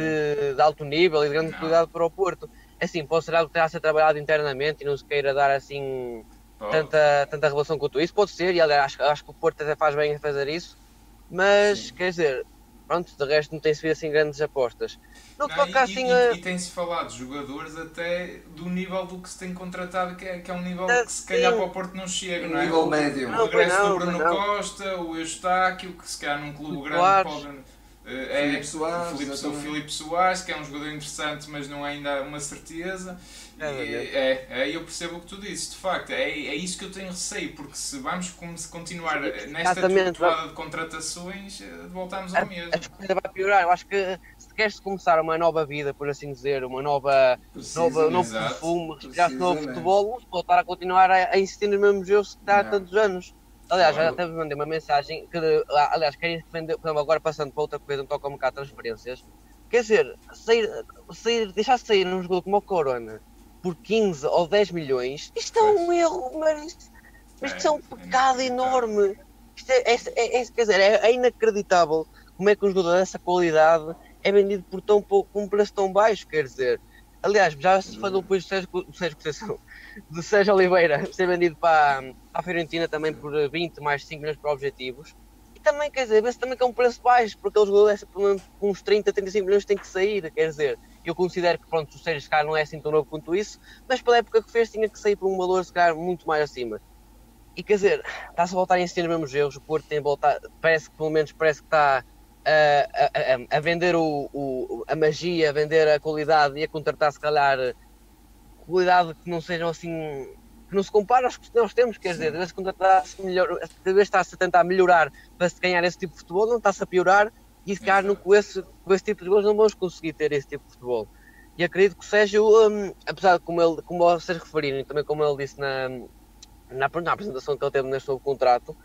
de alto nível e de grande Não. qualidade para o Porto. Assim, pode ser algo que tenha a ser trabalhado internamente e não se queira dar assim Pô, tanta, tanta revelação quanto isso. Pode ser, e aliás, acho, acho que o Porto até faz bem em fazer isso, mas Sim. quer dizer, pronto, de resto não tem-se visto assim grandes apostas. No que não, toca e, assim e, a. e tem-se falado de jogadores até do nível do que se tem contratado, que é, que é um nível Ah, que se calhar sim. para o Porto não chega, Um não é? nível O- médio. O Não, regresso não, do Bruno não. Costa, o Eustáquio, que se calhar num clube grande Soares. pode... É, Filipe Soares, o Filipe, o Filipe Soares, que é um jogador interessante, mas não é ainda uma certeza. E, é, é, eu percebo o que tu dizes, de facto, é, é isso que eu tenho receio, porque se vamos continuar nesta toada de contratações, voltamos ao mesmo. A coisa vai piorar. Eu acho que se queres começar uma nova vida, por assim dizer, uma nova, nova novo perfume, respirar novo futebol, não se pode estar a continuar a, a insistir nos mesmos erros que está há tantos anos. Aliás, já até mandei uma mensagem que, aliás, querem defender, por exemplo, agora passando para outra coisa, não toca um bocado transferências. Quer dizer, sair, sair, deixar de sair num jogo como o Corona por quinze ou dez milhões, isto é um erro, mas isto, isto é um pecado enorme. Isto é, é, é, é, quer dizer, é, é inacreditável como é que um jogador dessa qualidade é vendido por tão pouco, com um preço tão baixo, quer dizer. Aliás, já se falou depois do Sérgio, do Sérgio, do Sérgio Oliveira ser vendido para, para a Fiorentina também por vinte mais cinco milhões para objetivos. E também, quer dizer, vê-se também que é um preço baixo, porque aqueles jogadores com uns trinta, trinta e cinco milhões têm que sair, quer dizer. Eu considero que, pronto, o Sérgio se calhar não é assim tão novo quanto isso, mas pela época que fez tinha que sair por um valor se calhar muito mais acima. E quer dizer, está-se a voltar a insistir nos mesmos erros, o Porto tem voltado, parece que pelo menos parece que está a, a, a vender o, o, a magia, a vender a qualidade e a contratar se calhar qualidade que não sejam assim, que não se compara aos que nós temos, quer dizer, deve-se contratar-se melhor, deve estar-se a tentar melhorar para se ganhar esse tipo de futebol, não está-se a piorar. E se calhar não, com, esse, com esse tipo de gols não vamos conseguir ter esse tipo de futebol. E acredito que o Sérgio, um, apesar de como, ele, como vocês referiram, e também como ele disse na, na, na apresentação que ele teve neste novo contrato,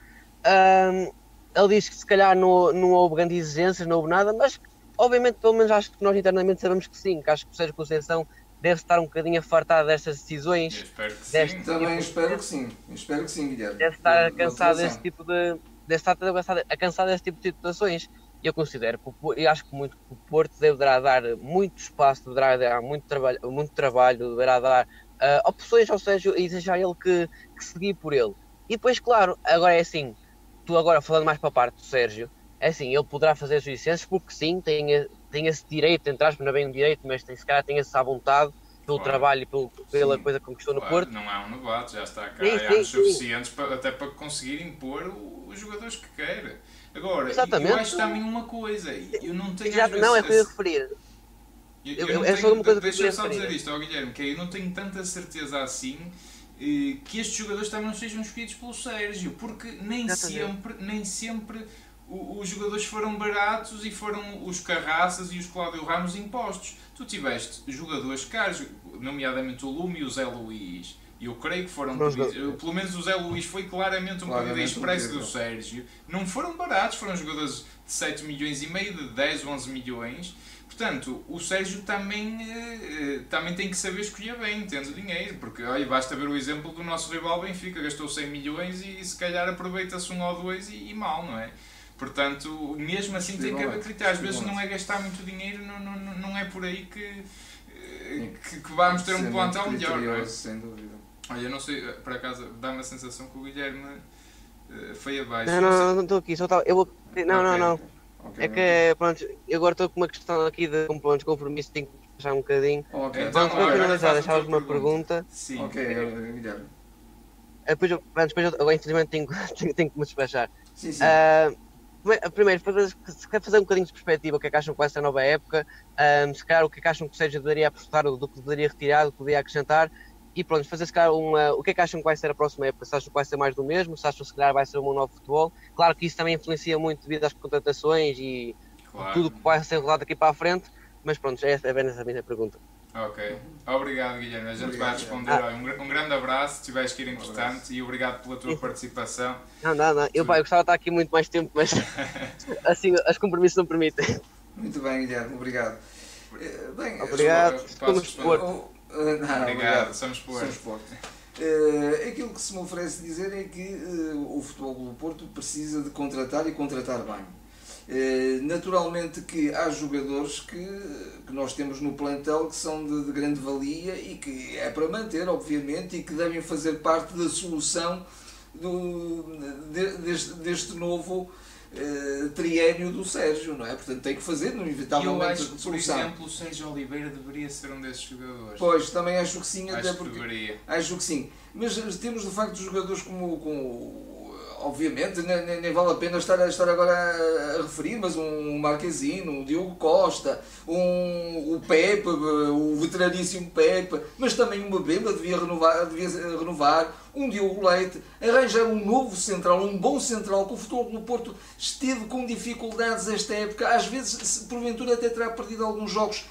um, ele disse que se calhar não, não houve grandes exigências, não houve nada, mas obviamente pelo menos acho que nós internamente sabemos que sim, que acho que o Sérgio Conceição deve estar um bocadinho afartado destas decisões. Eu espero que deste sim. Tipo, também espero que sim, espero que sim, Guilherme. Deve estar cansado desse tipo de... Deve estar a cansar desse tipo de situações. E eu considero que eu acho que muito que o Porto deverá dar muito espaço, deverá dar muito trabalho, muito trabalho deverá dar uh, opções ao Sérgio e deixar ele que, que seguir por ele. E depois, claro, agora é assim, tu agora falando mais para a parte do Sérgio, é assim, ele poderá fazer as licenças porque sim, tem, tem esse direito, entre aspas, não é bem um direito, mas tem, se calhar tem essa vontade pelo claro. trabalho e pelo, pela sim. coisa que conquistou no claro, Porto. Não é um novato, já está cá sim, há anos suficientes para, até para conseguir impor os jogadores que quer. Agora, Exatamente. eu acho também uma coisa, eu não tenho Já, às vezes, Não, é o que eu ia referir. Eu, eu, eu é só uma coisa que Deixa eu só dizer isto ao Guilherme, que eu não tenho tanta certeza assim eh, que estes jogadores também não sejam escolhidos pelo Sérgio, porque nem Exatamente. sempre, nem sempre o, os jogadores foram baratos e foram os Carraças e os Cláudio Ramos impostos. Tu tiveste jogadores caros, nomeadamente o Lume e o Zé Luís. E eu creio que foram pedidos, pelo menos o Zé Luís foi claramente um claramente pedido expresso do Sérgio. Não foram baratos, foram jogadores de sete milhões e meio, de dez, onze milhões. Portanto, o Sérgio também, eh, também tem que saber escolher bem, tendo dinheiro, porque olha, basta ver o exemplo do nosso rival Benfica, gastou cem milhões e se calhar aproveita-se um ou dois e, e mal, não é? Portanto, mesmo assim tem que haver critério. Às vezes não é gastar muito dinheiro, não, não, não é por aí que, que, que vamos ter um plantel melhor, não é? Sem dúvida. Olha, eu não sei, por acaso dá-me a sensação que o Guilherme uh, foi abaixo. Não, não, não estou aqui, só estava. Eu vou. Não, okay. não, não. Okay, é que, okay. pronto, eu agora estou com uma questão aqui de pronto, compromisso, tenho que deixar um bocadinho. Ok, então, para finalizar, deixavas uma pergunta. Sim. Ok, Guilherme. Depois, eu, depois eu, agora, infelizmente, tenho, tenho, tenho que me despachar. Sim, sim. Uh, primeiro, se quer fazer um bocadinho de perspectiva, o que é que acham com essa nova época? Um, se calhar, o que é que acham que o Sérgio deveria apostar, do que deveria retirar, do que deveria acrescentar? E pronto, fazer se calhar uma... O que é que acham que vai ser a próxima época? Se acham que vai ser mais do mesmo? Se acham que se calhar vai ser um novo futebol? Claro que isso também influencia muito devido às contratações e claro. tudo que vai ser rodado daqui para a frente, mas pronto, é apenas a minha pergunta. Ok, obrigado Guilherme, a gente obrigado, vai responder. Ah. Um, um grande abraço, se tiveres que ir importante um e obrigado pela tua participação. Não, não, não, eu, pá, eu gostava de estar aqui muito mais tempo, mas assim os compromissos não permitem. Muito bem, Guilherme, obrigado. Bem, obrigado, somos Porto. Uh, não, obrigado, obrigado, somos Porto. Uh, aquilo que se me oferece dizer é que uh, o Futebol Clube do Porto precisa de contratar e contratar bem. Uh, naturalmente que há jogadores que, que nós temos no plantel que são de, de grande valia e que é para manter, obviamente, e que devem fazer parte da solução do, de, deste, deste novo Uh, triênio do Sérgio, não é? Portanto, tem que fazer, inevitavelmente, eu acho que, solução. Por exemplo, o Sérgio Oliveira deveria ser um desses jogadores. Pois, também acho que sim, acho até que porque deveria. Acho que sim. Mas temos de facto jogadores como, como obviamente, nem, nem, nem vale a pena estar, estar agora a, a referir, mas um Marquezino, um Diogo Costa, um, o Pepe, o veteraníssimo Pepe, mas também uma Mbemba devia renovar, devia renovar, um Diogo Leite, arranjar um novo central, um bom central, que o Futebol do Porto esteve com dificuldades esta época, às vezes, porventura, até terá perdido alguns jogos,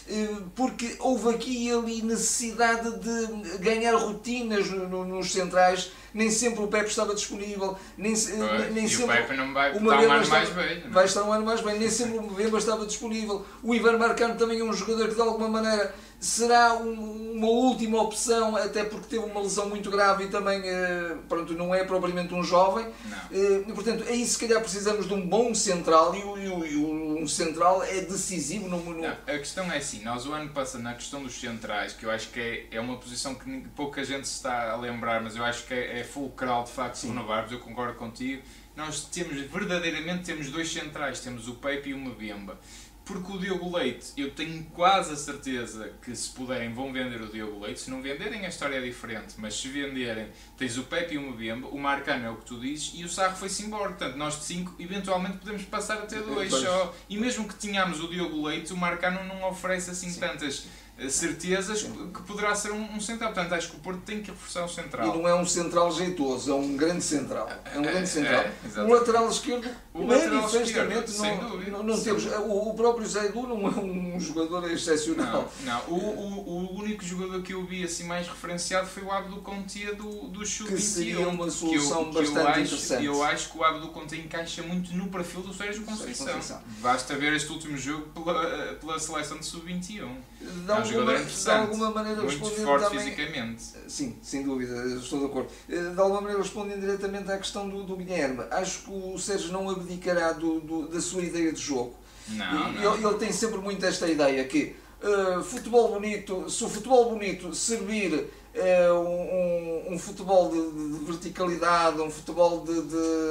porque houve aqui e ali necessidade de ganhar rotinas nos centrais, nem sempre o Pepe estava disponível, nem, pois, nem e sempre o Pepe não vai o estar um ano estava, mais bem. Vai estar um ano mais bem, nem sempre o Mbemba estava disponível. O Ivan Marcano também é um jogador que de alguma maneira será um, uma última opção, até porque teve uma lesão muito grave e também pronto, não é propriamente um jovem. E, portanto, aí se calhar precisamos de um bom central e, o, e, o, e um central é decisivo no, no... Não, a questão é assim, nós o ano passado na questão dos centrais, que eu acho que é, é uma posição que pouca gente se está a lembrar, mas eu acho que é, é fulcral de facto de renovarmos, eu concordo contigo, nós temos verdadeiramente temos dois centrais, temos o Pepe e o Mbemba. Porque o Diogo Leite, eu tenho quase a certeza que se puderem vão vender o Diogo Leite, se não venderem a história é diferente, mas se venderem, tens o Pepe e o Mbemba, o Marcano é o que tu dizes e o Sarro foi-se embora, portanto nós de cinco eventualmente podemos passar a ter dois só, e mesmo que tenhamos o Diogo Leite, o Marcano não oferece assim Sim. tantas certezas Sim. que poderá ser um, um central, portanto acho que o Porto tem que reforçar o central. E não é um central jeitoso, é um grande central, é um grande central. É, é, o lateral esquerdo, o lateral manifestamente, esquerdo, não, dúvida, não, não temos, o, o próprio Zé Edu não é um jogador excepcional. Não, não. O, o, o único jogador que eu vi assim mais referenciado foi o Abdo Conte do, do Sub vinte e um. Que seria uma solução que eu, bastante que eu acho, interessante. Eu acho que o Abdo Conte encaixa muito no perfil do Sérgio Conceição. Conceição. Basta ver este último jogo pela, pela seleção de Sub vinte e um. É um jogador interessante. De alguma maneira muito respondendo forte também, fisicamente. Sim, sem dúvida, estou de acordo. De alguma maneira respondendo diretamente à questão do, do Guilherme, acho que o Sérgio não abdicará do, do, da sua ideia de jogo. Não, não. Ele, não. ele tem sempre muito esta ideia que uh, futebol bonito, se o futebol bonito servir uh, um, um futebol de, de, de verticalidade, um futebol de,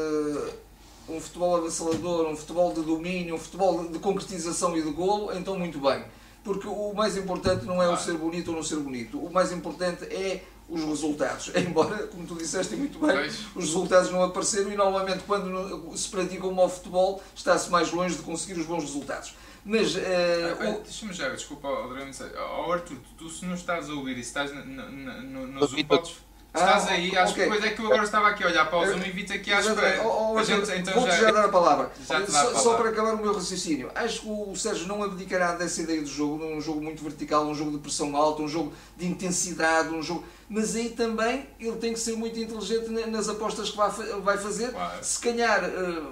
de um futebol avassalador, um futebol de domínio, um futebol de concretização e de golo, então muito bem. Porque o mais importante não é o ser bonito ou não ser bonito, o mais importante é os resultados. Embora, como tu disseste muito bem, pois. Os resultados não apareceram e normalmente quando se pratica um mau futebol está-se mais longe de conseguir os bons resultados. Mas, uh, ah, o... deixa-me já, desculpa, Adriano, oh, Arthur, tu se não estás a ouvir e estás no, no, no, no Zoom, podes... Estás ah, aí, acho okay. que coisa é que eu agora estava aqui a olhar para o Zoom e vi-te aqui à espera. Oh, oh, a gente, então vou-te já, já dar a palavra. Já só, a palavra. Só para acabar o meu raciocínio. Acho que o Sérgio não abdicará dessa ideia de jogo, um jogo muito vertical, um jogo de pressão alta, um jogo de intensidade, um jogo... Mas aí também ele tem que ser muito inteligente nas apostas que vai fazer. Claro. Se calhar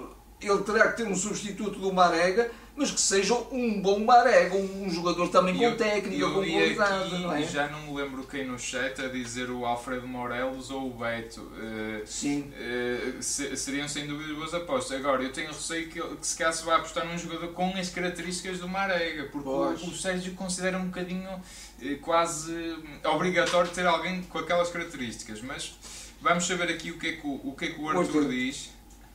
ele terá que ter um substituto do Marega, mas que seja um bom Marega, um jogador também com eu, técnica, eu com qualidade, aqui, não é? Já não me lembro quem no chat a dizer o Alfredo Morelos ou o Beto. Uh, Sim. Uh, se, seriam sem dúvida boas apostas. Agora, eu tenho receio que, que se calhar se vai apostar num jogador com as características do Marega, porque o, o Sérgio considera um bocadinho uh, quase obrigatório ter alguém com aquelas características. Mas vamos saber aqui o que é que o, o, que é que o Arthur diz.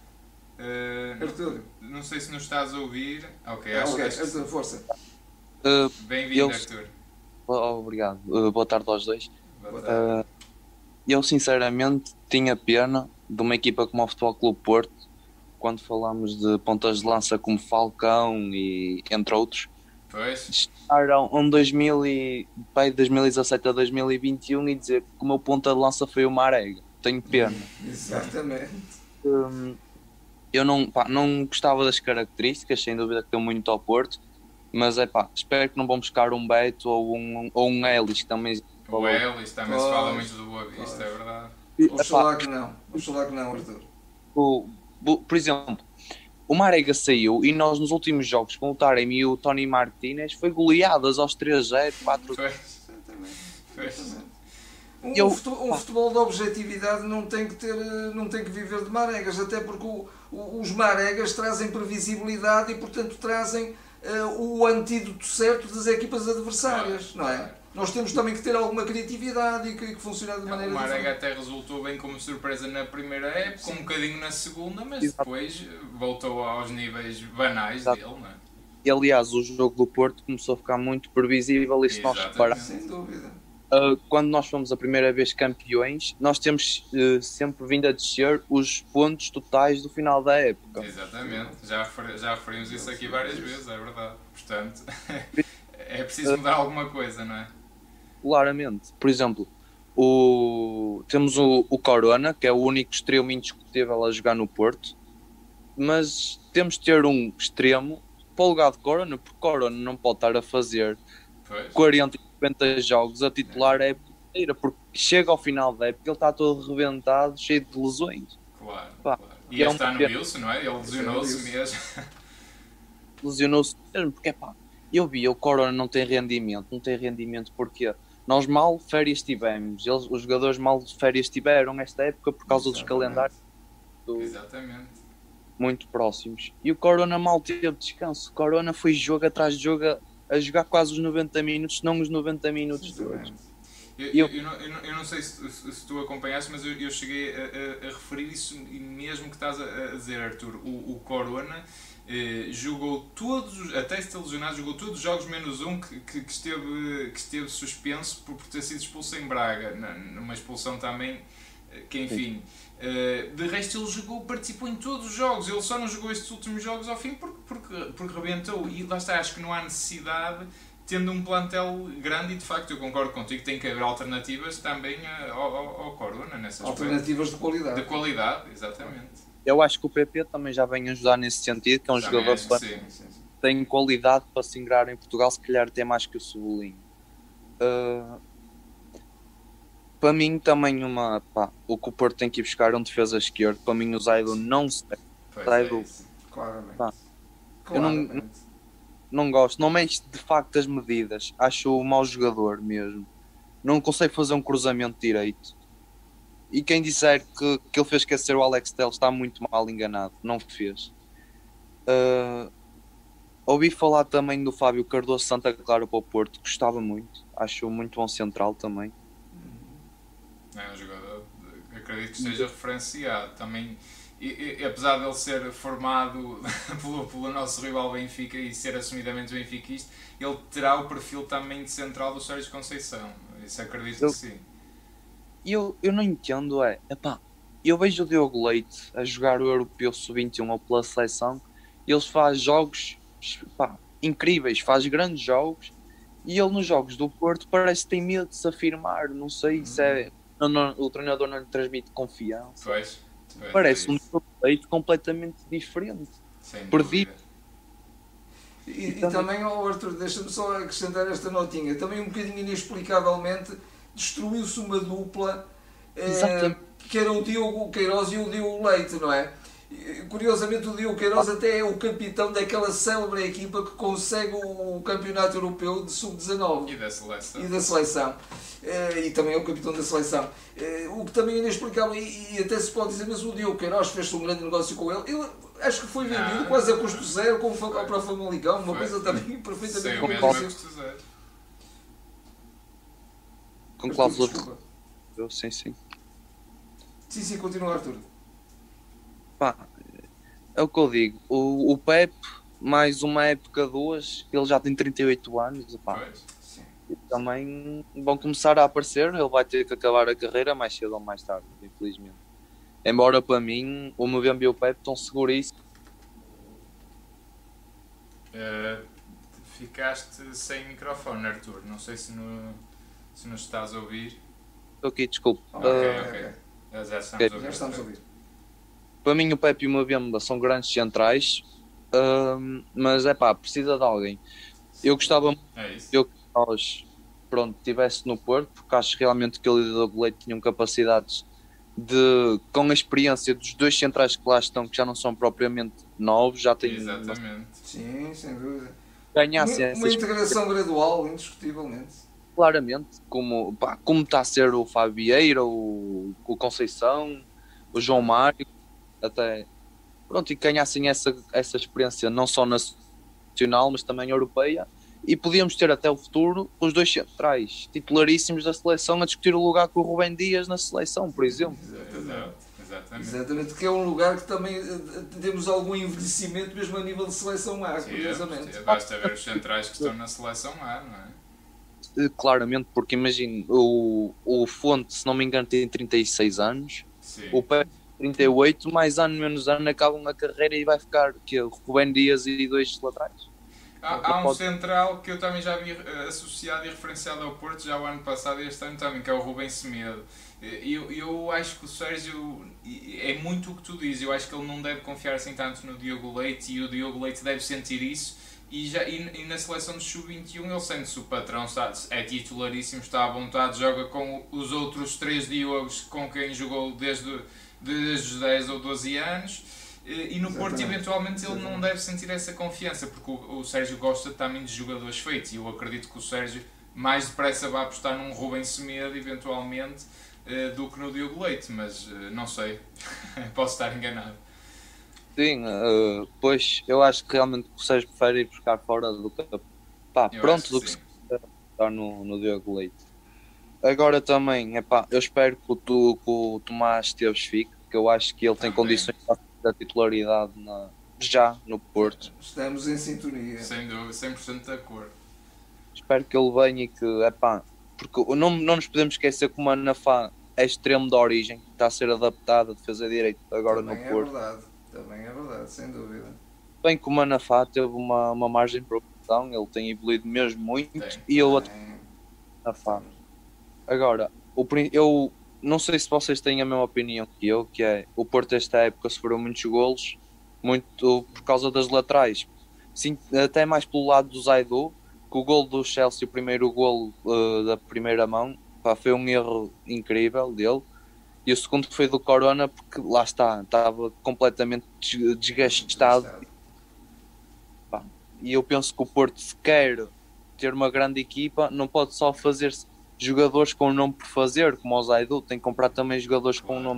Uh, Arthur. Não sei se nos estás a ouvir. Ok, ah, acho okay. que Arthur, força. Uh, Bem-vindo, eu... Arthur. Obrigado. Uh, boa tarde aos dois. Boa tarde. Uh, eu sinceramente tinha pena de uma equipa como o Futebol Clube Porto, quando falamos de pontas de lança como Falcão e entre outros. Pois. Chegaram um dois mil e, pai, dois mil e dezassete a dois mil e vinte e um e dizer que o meu ponta de lança foi o Marega. Tenho pena. Exatamente. Um, Eu não, pá, não gostava das características, sem dúvida que deu muito ao Porto, mas é pá, espero que não vão buscar um Beto ou um, ou um Ellis, que também... O Ellis também oh, se fala muito do Boa Vista, oh. é verdade. Vamos falar que não, vamos falar que não, Arthur. O, o, por exemplo, o Marega saiu e nós nos últimos jogos, com o Taremi e o Tony Martínez, foi goleadas aos três zero, quatro zero. Exatamente. Exatamente. Um, eu, futebol, um futebol de objetividade não tem que ter, não tem que viver de maregas, até porque o, o, os maregas trazem previsibilidade e, portanto, trazem uh, o antídoto certo das equipas adversárias, não é? Nós temos também que ter alguma criatividade e que, que funcionar de maneira diferente. O Marega diferente. até resultou bem como surpresa na primeira época, Sim. um bocadinho na segunda, mas depois voltou aos níveis banais Exato. dele, não é? E aliás, o jogo do Porto começou a ficar muito previsível e se nós repararmos. Sem dúvida. uh, quando nós fomos a primeira vez campeões, nós temos uh, sempre vindo a descer os pontos totais do final da época. Exatamente, já, refer, já referimos isso aqui várias vezes, é verdade. Portanto, é preciso mudar alguma coisa, não é? Claramente. Por exemplo, o... temos o, o Corona, que é o único extremo indiscutível a jogar no Porto, mas temos de ter um extremo para o lugar de Corona, porque Corona não pode estar a fazer Pois. quarenta e cinquenta jogos a titular a época inteira, porque chega ao final da época ele está todo rebentado, cheio de lesões. Claro, Pá, claro. E é este um ano pequeno- Wilson, não é? Ele lesionou-se mesmo. Lesionou-se mesmo, porque pá, eu vi, o Corona não tem rendimento, não tem rendimento porque nós mal férias tivemos, eles, os jogadores mal férias tiveram esta época por causa dos Exatamente. calendários do- Exatamente. muito próximos. E o Corona mal teve descanso. O Corona foi jogo atrás de jogo a, a jogar quase os noventa minutos, se não os noventa minutos todos. Exatamente. Eu, Eu- eu, eu, não, eu, não, eu não sei se, se, se tu acompanhaste, mas eu, eu cheguei a, a, a referir isso e mesmo que estás a, a dizer, Arthur. O, o Corona eh, jogou todos, os- até se ter lesionado, jogou todos os jogos menos um que, que, que esteve, que esteve suspenso por, por ter sido expulso em Braga, na- numa expulsão também, eh, que enfim. eh, de resto ele jogou, participou em todos os jogos, ele só não jogou estes últimos jogos ao fim porque, porque, porque rebentou. E lá está, acho que não há necessidade, tendo um plantel grande, e de facto eu concordo contigo, tem que haver alternativas também eh, ao, ao, ao Corona nesse aspecto. Alternativas de qualidade. De qualidade, exatamente. Eu acho que o P P também já vem ajudar nesse sentido, que é um Também jogador acho que que sim. Sim, sim. tem qualidade para se ingrar em Portugal, se calhar até mais que o Cebolinha. Uh, para mim também uma, pá, o que o Porto tem que ir buscar é um defesa esquerdo. Para mim o Zaido não se Pois Sai é do- isso. Claramente. Pá, eu não- Claramente. não gosto, não mexe de facto as medidas. Acho o mau jogador mesmo. Não consegue fazer um cruzamento direito. E quem disser que, que ele fez esquecer o Alex Telles está muito mal enganado. Não fez. Uh, ouvi falar também do Fábio Cardoso Santa Clara para o Porto. Gostava muito. Acho muito bom central também. É um jogador, de- acredito que esteja referenciado também. E, e- apesar de ele ser formado pelo, pelo nosso rival Benfica e ser assumidamente benfiquista, ele terá o perfil também de central do Sérgio Conceição. Isso acredito Eu- que sim. E eu, eu não entendo, é, epá, eu vejo o Diogo Leite a jogar o Europeu sub vinte e um ou pela seleção, e ele faz jogos, pá, incríveis, faz grandes jogos, e ele nos jogos do Porto parece que tem medo de se afirmar, não sei se é, não, não, o treinador não lhe transmite confiança, Pois, pois, parece é um isso. Diogo Leite completamente diferente. Sem perdi- dúvida. E, e também, oh Arthur, deixa-me só acrescentar esta notinha. Também um bocadinho inexplicavelmente destruiu-se uma dupla eh, Exatamente. que era o Diogo Queiroz e o Diogo Leite, não é? E, curiosamente o Diogo Queiroz até é o capitão daquela célebre equipa que consegue o campeonato europeu de sub dezanove. E da seleção. E da seleção. Eh, e também é o capitão da seleção. Eh, o que também é inexplicável, e, e até se pode dizer, mas o Diogo Queiroz fez um grande negócio com ele. Ele acho que foi vendido Ah, quase a custo zero com, foi. para o Famalicão, uma Foi. coisa também Sem perfeitamente o mesmo a compreensível. custo zero. Com Arthur, cláusula desculpa. de sim, sim. Sim, sim, continua, Arthur. Pá, é o que eu digo, o, o Pep, mais uma época, duas, ele já tem trinta e oito anos, pá. Pois. Sim. E também vão começar a aparecer, ele vai ter que acabar a carreira mais cedo ou mais tarde, infelizmente. Embora para mim o Mbembe e o Pepe estão seguríssimos. Eh, ficaste sem microfone, Arthur. Não sei se, no, se nos estás a ouvir. Estou aqui, desculpe. Ok, Ah, ok, ok. Já, já estamos Ok. a ouvir. Já estamos a ouvir. para mim o Pepe e o Mbembe são grandes centrais, ahm, mas é pá, precisa de alguém. Eu gostava muito É isso. Eu- que nós pronto, estivesse no Porto, porque acho realmente que ele e o Diogo Leite tinham capacidades de, com a experiência dos dois centrais que lá estão, que já não são propriamente novos, já têm Exatamente. Sim, sem dúvida. ganhassem Uma, uma essas integração gradual, indiscutivelmente. claramente, como, pá, como está a ser o Fábio Vieira, o, o Conceição, o João Mário, até pronto, e que ganhassem essa, essa experiência não só nacional, mas também europeia, e podíamos ter até o futuro os dois centrais titularíssimos da seleção a discutir o lugar com o Rubem Dias na seleção, por exemplo. Exato. Exatamente. Exatamente, que é um lugar que também eh, temos algum envelhecimento mesmo a nível de seleção A, Sim, curiosamente. é, basta ver os centrais que estão na seleção A, não é? eh, claramente, porque imagino, o, o Fonte, se não me engano, tem trinta e seis anos, Sim. o Pepe trinta e oito, mais ano menos ano, acabam a carreira e vai ficar que Rubén Dias e dois laterais. Há, há um central que eu também já vi uh, associado e referenciado ao Porto já o ano passado e este ano também, que é o Rubem Semedo. Eu, eu acho que o Sérgio é muito o que tu dizes, eu acho que ele não deve confiar assim tanto no Diogo Leite e o Diogo Leite deve sentir isso e, já, e, e na seleção de sub vinte e um ele sente-se o patrão, está, é titularíssimo, está à vontade, joga com os outros três Diogos com quem jogou desde, desde os dez ou doze anos. E no Porto, eventualmente, ele não deve sentir essa confiança, porque o, o Sérgio gosta também de jogadores feitos, e eu acredito que o Sérgio mais depressa vai apostar num Rubem Semedo, eventualmente, uh, do que no Diogo Leite, mas uh, não sei, posso estar enganado. Sim, uh, pois eu acho que realmente o Sérgio prefere ir buscar fora do que, pá, pronto, do que se estar no, no Diogo Leite. Agora também, epá, eu espero que o, que o Tomás Esteves fique, que eu acho que ele tem também. condições da titularidade na, já no Porto. Estamos em sintonia. Sem dúvida, cem por cento de acordo. Espero que ele venha e que, epá, porque não, não nos podemos esquecer que o Manafá é extremo de origem, está a ser adaptado a defesa direita agora Também no é Porto. Verdade. Também é verdade, sem dúvida. Bem que o Manafá teve uma, uma margem de progressão, ele tem evoluído mesmo muito Tem. e ele Manafá. Agora, o, eu não sei se vocês têm a mesma opinião que eu, que é o Porto esta época sofreu muitos golos, muito por causa das laterais. Sim, até mais pelo lado do Zaidu, que o gol do Chelsea, o primeiro gol uh, da primeira mão, pá, foi um erro incrível dele. E o segundo foi do Corona, porque lá está, estava completamente desgastado. Pá, e eu penso que o Porto, se quer ter uma grande equipa, não pode só fazer jogadores com o nome por fazer, como o Zaidu, tem que comprar também jogadores Claro. com o nome.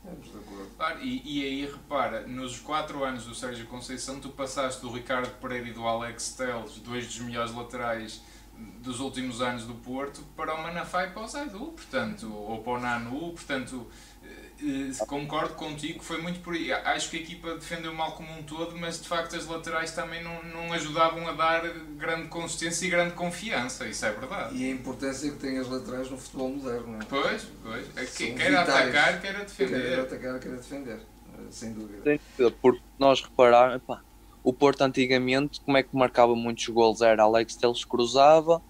Claro, e, e aí repara, nos quatro anos do Sérgio Conceição tu passaste do Ricardo Pereira e do Alex Telles, dois dos melhores laterais dos últimos anos do Porto, para o Manafá e para o Zaidu, portanto, ou para o Nanu, portanto, eh, concordo contigo, foi muito por aí. Acho que a equipa defendeu mal como um todo, mas de facto as laterais também não, não ajudavam a dar grande consistência e grande confiança, isso é verdade. E a importância que têm as laterais no futebol moderno, não é? Pois, pois, é que São quer vitais. atacar, quer a defender. Quer atacar, quer defender, sem dúvida. Sem dúvida, porque nós reparar, pá, o Porto antigamente, como é que marcava muitos golos? Era Alex Telles cruzava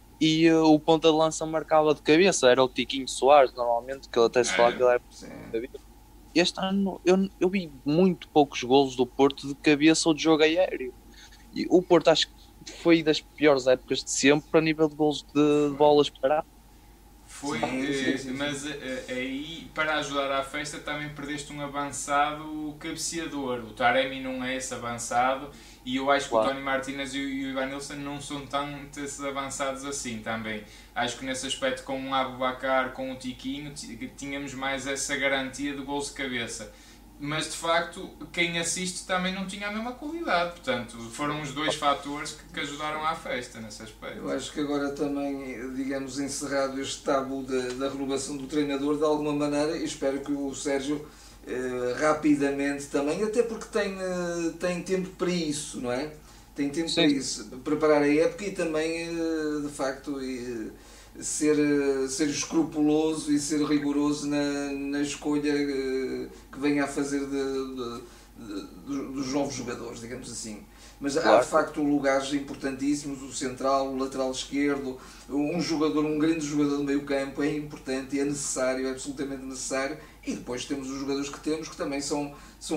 e uh, o ponta de lança marcava de cabeça, era o Tiquinho Soares normalmente, que ele até se fala que ele era Sim. de cabeça. Este ano eu, eu vi muito poucos golos do Porto de cabeça ou de jogo aéreo. E o Porto acho que foi das piores épocas de sempre a nível de golos de, de bolas paradas. Foi, Sim, eh, sim, sim, mas eh, aí, para ajudar à festa, também perdeste um avançado cabeceador. O Taremi não é esse avançado e eu acho que Claro. o Tony Martínez e o, e o Ivan Nilsson não são tanto esses avançados assim também. Acho que nesse aspecto, com o Aboubakar, com o Tiquinho, t- tínhamos mais essa garantia de gols de cabeça. Mas de facto, quem assiste também não tinha a mesma qualidade. Portanto, foram os dois fatores que, que ajudaram à festa nesse aspecto. Eu acho que agora também, digamos, encerrado este tabu da, da renovação do treinador, de alguma maneira, e espero que o Sérgio eh, rapidamente também, até porque tem, eh, tem tempo para isso, não é? Tem tempo Sim. para isso, preparar a época e também, eh, de facto, eh, ser, eh, ser escrupuloso e ser rigoroso na, na escolha eh, que venha a fazer de, de, de, de, dos novos jogadores, digamos assim. Mas há Claro. de facto lugares importantíssimos, o central, o lateral esquerdo, um jogador, um grande jogador do meio campo é importante, é necessário, é absolutamente necessário, e depois temos os jogadores que temos que também são,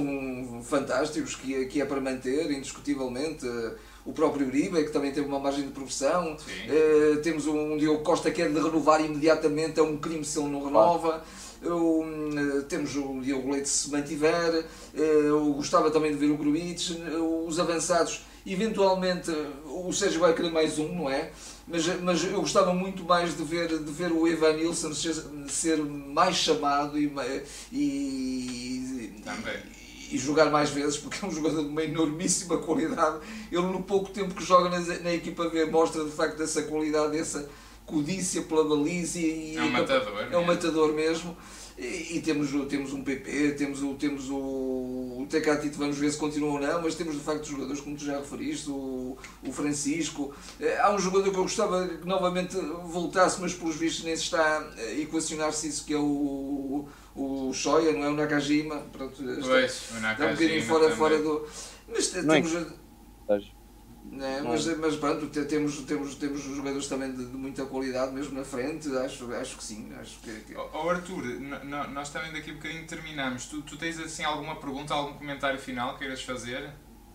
são fantásticos, que é, que é para manter, indiscutivelmente. O próprio Uribe, que também teve uma margem de progressão. Uh, temos um Diogo Costa que é de renovar imediatamente, é um crime se ele não renova. Uh, temos o Diogo Leite se mantiver. Uh, eu gostava também de ver o Gruitch. Uh, os avançados, eventualmente, o Sérgio vai querer mais um, não é? Mas, mas eu gostava muito mais de ver, de ver o Evan Nilsson ser, ser mais chamado e, e, e, e jogar mais vezes, porque é um jogador de uma enormíssima qualidade. Ele, no pouco tempo que joga na, na equipa B, mostra de facto essa qualidade, essa, codícia pela baliza e É um matador. é um matador mesmo. E, e temos, temos um P P, temos o, temos o, o Tecatito, vamos ver se continua ou não, mas temos de facto jogadores como tu já referiste, o, o Francisco. Há um jogador que eu gostava que novamente voltasse, mas pelos vistos nem se está a equacionar-se isso, que é o, o Shoya, não é o Nakajima. Pronto, pois, o Nakajima está um bocadinho fora, fora do... Mas Não é temos... Né? Mas, mas pronto, temos, temos, temos jogadores também de, de muita qualidade mesmo na frente, acho, acho que sim. Acho que, que... Oh, Arthur, nós também daqui a bocadinho terminamos. Tu, tu tens assim alguma pergunta, algum comentário final que queiras fazer?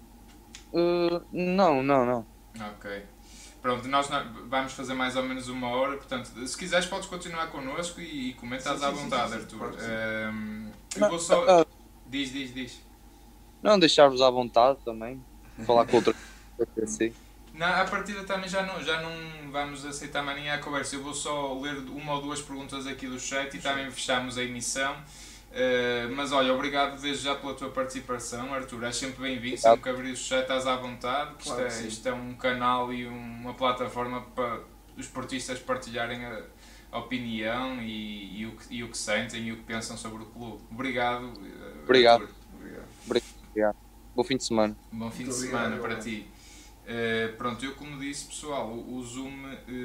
Uh, não, não, não. Ok. Pronto, nós vamos fazer mais ou menos uma hora, portanto, se quiseres podes continuar connosco e, e comentas sim, à vontade, sim, sim, Arthur. Sim, um, eu não, vou só... Uh, diz, diz, diz. Não, deixar-vos à vontade também, falar com outra... Na, a partida também já não, já não vamos aceitar mais ninguém à conversa. Eu vou só ler uma ou duas perguntas aqui do chat e também fechamos a emissão. Uh, mas olha, obrigado desde já pela tua participação, Arthur. És sempre bem-vindo. Sempre que abrir o chat estás à vontade. Que claro isto, é, que isto é um canal e uma plataforma para os esportistas partilharem a, a opinião e, e, o que, e o que sentem e o que pensam sobre o clube. Obrigado. Uh, obrigado. Arthur. Obrigado. Obrigado. Bom fim de semana. Bom fim Muito de obrigado, semana para obrigado. ti. Uh, pronto, eu como disse pessoal, o, o Zoom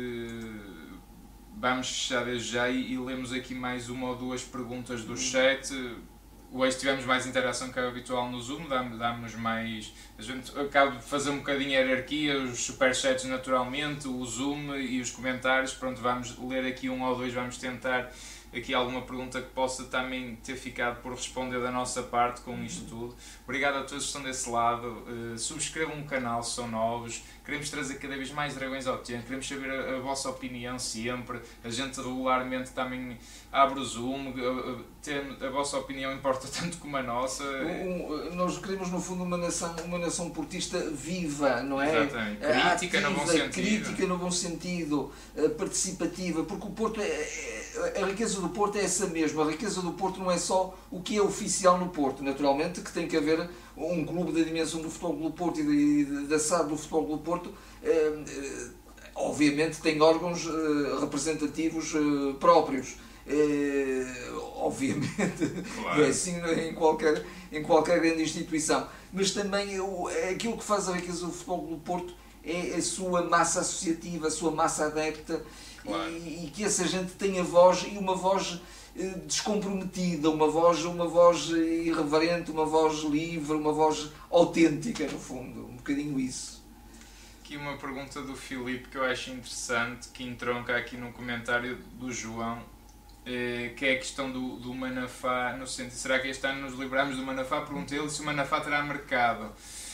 uh, vamos fechar desde já e, e lemos aqui mais uma ou duas perguntas do chat. Hoje tivemos mais interação que é habitual no Zoom, dá-nos dá mais. A gente acaba de fazer um bocadinho a hierarquia, os superchats naturalmente, o Zoom e os comentários. Pronto, vamos ler aqui um ou dois, vamos tentar aqui alguma pergunta que possa também ter ficado por responder da nossa parte com isto tudo. Obrigado a todos que estão desse lado. Uh, subscrevam o canal se são novos. Queremos trazer cada vez mais dragões ao tempo. Queremos saber a, a vossa opinião sempre. A gente regularmente também abre o Zoom. Uh, ter, a vossa opinião importa tanto como a nossa. Um, nós queremos no fundo uma nação, uma nação portista viva, não é? Exatamente. Crítica Ativa, no bom sentido. Crítica no bom sentido, participativa, porque o Porto é, a riqueza do Porto é essa mesma. A riqueza do Porto não é só o que é oficial no Porto, naturalmente que tem que haver um clube da dimensão do Futebol Clube Porto e da S A D do Futebol Clube Porto, eh, eh, obviamente tem órgãos eh, representativos eh, próprios. Eh, obviamente, claro. É assim em qualquer, em qualquer grande instituição. Mas também eu, aquilo que faz a riqueza do Futebol Clube Porto é a sua massa associativa, a sua massa adepta, claro. e, e que essa gente tenha voz, e uma voz descomprometida, uma voz, uma voz irreverente, uma voz livre, uma voz autêntica, no fundo, um bocadinho isso. Aqui uma pergunta do Filipe que eu acho interessante, que entronca aqui no comentário do João, que é a questão do, do Manafá, no sentido, será que este ano nos livramos do Manafá? Perguntei-lhe se o Manafá terá mercado.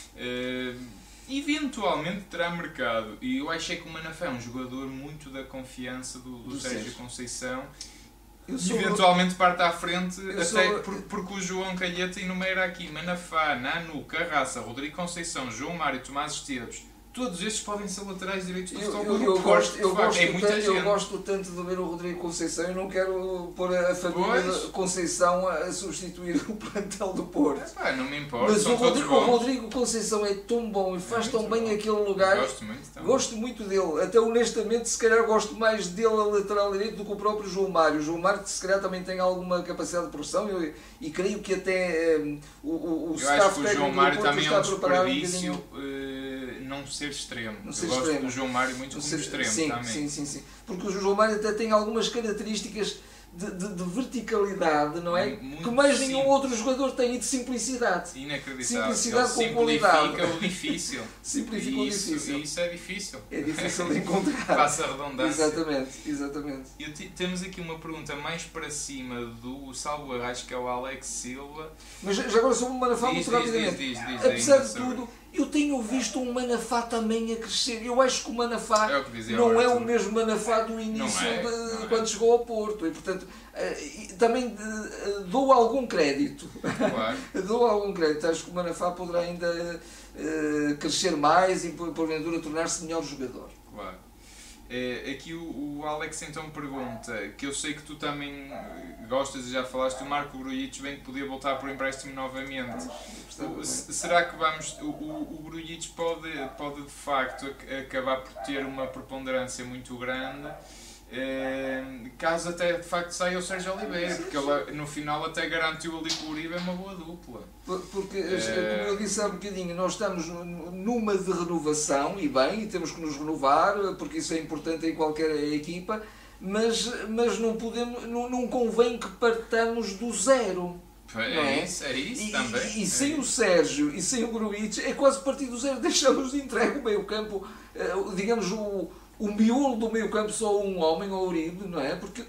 Eventualmente terá mercado, e eu acho é que o Manafá é um jogador muito da confiança do, do, do Sérgio, Sérgio Conceição. Sou... Eventualmente parte à frente, eu até sou... por, porque o João Calheta enumera aqui Manafá, Nanu, Carraça, Rodrigo Conceição, João Mário, Tomás Esteves. Todos estes podem ser laterais direitos do Futebol Clube do Porto. Eu, gosto, é muita tanto, gente. eu gosto tanto de ver o Rodrigo Conceição e não quero pôr a família pois. Conceição a substituir o plantel do Porto. É, pá, não me importa, mas são o Rodrigo, todos bons. O Rodrigo Conceição é tão bom e faz é tão bem bom. Aquele lugar. Gosto muito, também. Gosto muito dele. Até honestamente, se calhar gosto mais dele a lateral direito do que o próprio João Mário. O João Mário se calhar também tem alguma capacidade de produção e, e creio que até um, o, o, o staff técnico do Porto está preparado. Eu acho que o João Mário também é um desperdício uh, não ser extremo. Não ser Eu gosto extremo. do João Mário muito como ser, extremo sim, também. Sim, sim, sim. Porque o João Mário até tem algumas características de, de, de verticalidade, não é? Muito que mais sim. nenhum outro jogador tem, e de simplicidade. Inacreditável. Simplicidade Ele com qualidade. Simplifica o difícil. Simplifica o isso, difícil. Isso é difícil. É difícil de encontrar. Passa a redundância. Exatamente, exatamente. E temos aqui uma pergunta mais para cima do salvo acho que é o Alex Silva. Mas já agora sobre o Manafá muito diz, rapidamente. Diz, diz, diz, Apesar de sobre... tudo, eu tenho visto um Manafá também a crescer. Eu acho que o Manafá é o que não é o mesmo Manafá do início é, de quando é. chegou ao Porto. E portanto, também dou algum crédito. Claro. Dou algum crédito. Acho que o Manafá poderá ainda crescer mais e porventura tornar-se melhor jogador. Claro. Uh, aqui o, o Alex então pergunta, que eu sei que tu também gostas e já falaste, o Marco Grujic bem que podia voltar por empréstimo novamente. O, será que vamos, o, o, o Grujic pode, pode de facto acabar por ter uma preponderância muito grande? Uh, caso até de facto saia o Sérgio Oliveira, porque ele no final até garantiu ali que o Uribe é uma boa dupla. Porque, uh, como eu disse há um bocadinho, nós estamos numa de renovação, e bem, e temos que nos renovar, porque isso é importante em qualquer equipa, mas, mas não, podemos, não, não convém que partamos do zero. É, é isso, é isso e, também. E, e sem é o Sérgio e sem o Grujic, é quase partir do zero, deixamos de entregue o meio campo, uh, digamos, o o miolo do meio campo só um homem, o Uribe, não é? Porque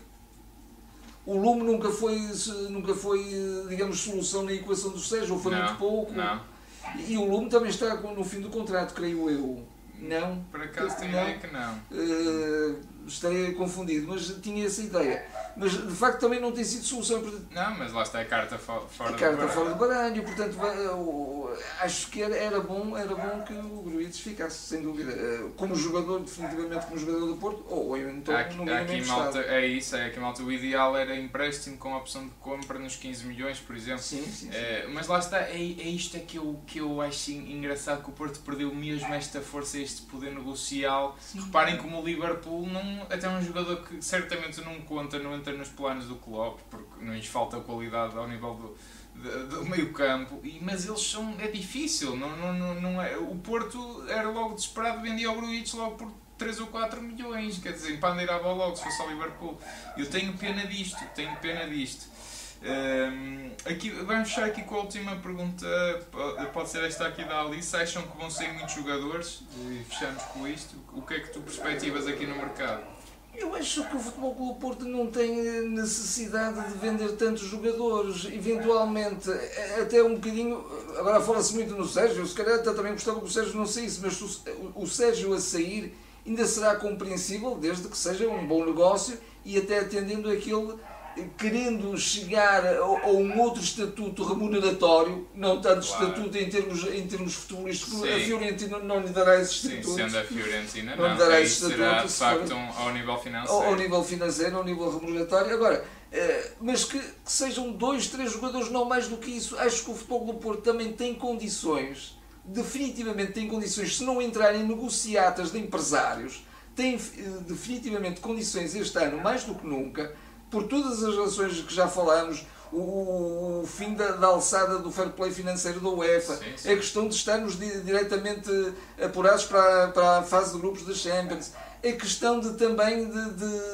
o Lume nunca foi, nunca foi, digamos, solução na equação do Sérgio, ou foi não, muito pouco. Não. E o Lume também está no fim do contrato, creio eu. Não? Por acaso tenho ideia que não. Uh, estarei confundido, mas tinha essa ideia. Mas de facto também não tem sido solução. Não, mas lá está a carta fo fora a carta do baralho. fora do baralho, portanto acho que era, era, bom, era bom que o Grujic ficasse, sem dúvida. Como jogador, definitivamente como jogador do Porto, ou então aqui, no mínimo malta, é isso, é que malta, o ideal era empréstimo com a opção de compra nos quinze milhões, por exemplo. Sim, sim, sim. É, mas lá está, é, é isto é que eu, que eu acho engraçado, que o Porto perdeu mesmo esta força, este poder negocial. Sim. Reparem como o Liverpool, não, até um jogador que certamente não conta, não entra nos planos do Klopp, porque não lhes falta qualidade ao nível do, do, do meio campo, e, mas eles são, é difícil, não, não, não, não é, o Porto era logo desesperado, vendia o Grujic logo por três ou quatro milhões, quer dizer, empandeirava logo se fosse ao Liverpool. Eu tenho pena disto, tenho pena disto. Um, aqui, vamos fechar aqui com a última pergunta, pode ser esta aqui da Alice. Acham que vão sair muitos jogadores? E fechamos com isto. O que é que tu perspectivas aqui no mercado? Eu acho que o Futebol Clube Porto não tem necessidade de vender tantos jogadores, eventualmente, até um bocadinho, agora fala-se muito no Sérgio, se calhar até também gostava que o Sérgio não saísse, mas o Sérgio a sair ainda será compreensível, desde que seja um bom negócio e até atendendo aquele, querendo chegar a, a um outro estatuto remuneratório, não tanto claro. Estatuto em termos, em termos futebolísticos, a Fiorentina não lhe dará esse estatuto. Sim, sendo a Fiorentina, não, não, dará aí esse será estatuto, de facto um, ao nível financeiro. Ao, ao nível financeiro, ao nível remuneratório. Agora, eh, mas que, que sejam dois, três jogadores, não mais do que isso. Acho que o Futebol do Porto também tem condições, definitivamente tem condições, se não entrarem em negociatas de empresários, tem definitivamente condições este ano, mais do que nunca, por todas as razões que já falamos, o, o fim da, da alçada do fair play financeiro da UEFA, sim, sim. A questão de estarmos di, diretamente apurados para, para a fase de grupos da Champions, a questão de também de,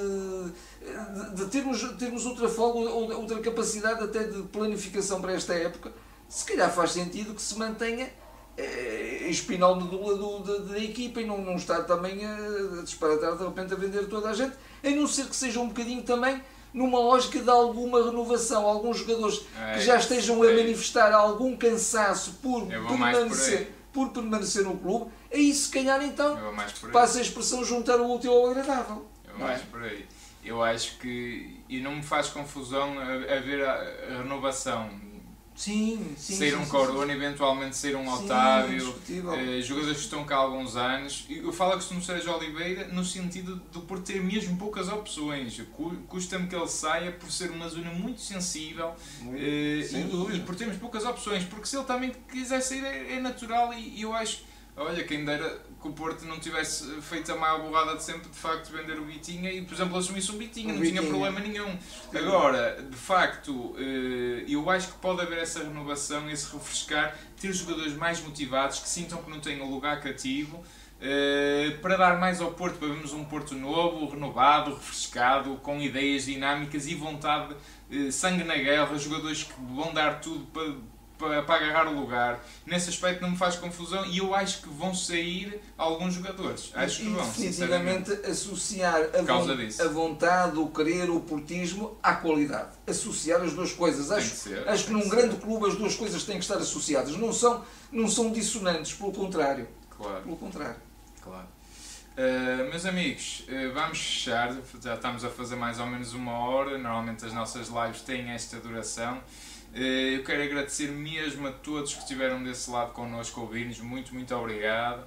de, de, de termos, termos outra folga, outra capacidade até de planificação para esta época. Se calhar faz sentido que se mantenha a espinal medula do, da, da equipa e não, não estar também a disparatar de repente a vender toda a gente, a não ser que seja um bocadinho também numa lógica de alguma renovação, alguns jogadores é, que já estejam é. a manifestar algum cansaço por permanecer, por, por permanecer no clube, aí se calhar então passa a expressão juntar o útil ao agradável. Eu vou mais por aí. Eu acho que, e não me faz confusão haver a, a renovação. Sim, sim, sair um sim, Corona, sim. eventualmente sair um sim, Otávio, eh, jogadores que estão cá há alguns anos. Eu falo que no Sérgio Oliveira no sentido de por ter mesmo poucas opções. Custa-me que ele saia por ser uma zona muito sensível muito, eh, e, e por termos poucas opções, porque se ele também quiser sair é, é natural e, e eu acho, olha, quem dera que o Porto não tivesse feito a maior borrada de sempre, de facto, vender o Vitinha e, por exemplo, assumisse um Vitinha, um não Vitinha. Tinha problema nenhum. Agora, de facto, eu acho que pode haver essa renovação, esse refrescar, ter jogadores mais motivados, que sintam que não têm um lugar cativo, para dar mais ao Porto, para vermos um Porto novo, renovado, refrescado, com ideias dinâmicas e vontade, sangue na guerra, jogadores que vão dar tudo para para agarrar o lugar. Nesse aspecto não me faz confusão e eu acho que vão sair alguns jogadores. Acho e, que vão, definitivamente associar a, vo a vontade, o querer, o portismo à qualidade. Associar as duas coisas. Acho que, ser, acho que num que grande clube as duas coisas têm que estar associadas. Não são, não são dissonantes, pelo contrário. Claro. Pelo contrário. Claro. Uh, meus amigos, uh, vamos fechar. Já estamos a fazer mais ou menos uma hora. Normalmente as nossas lives têm esta duração. Eu quero agradecer mesmo a todos que estiveram desse lado connosco a ouvir-nos, muito, muito obrigado.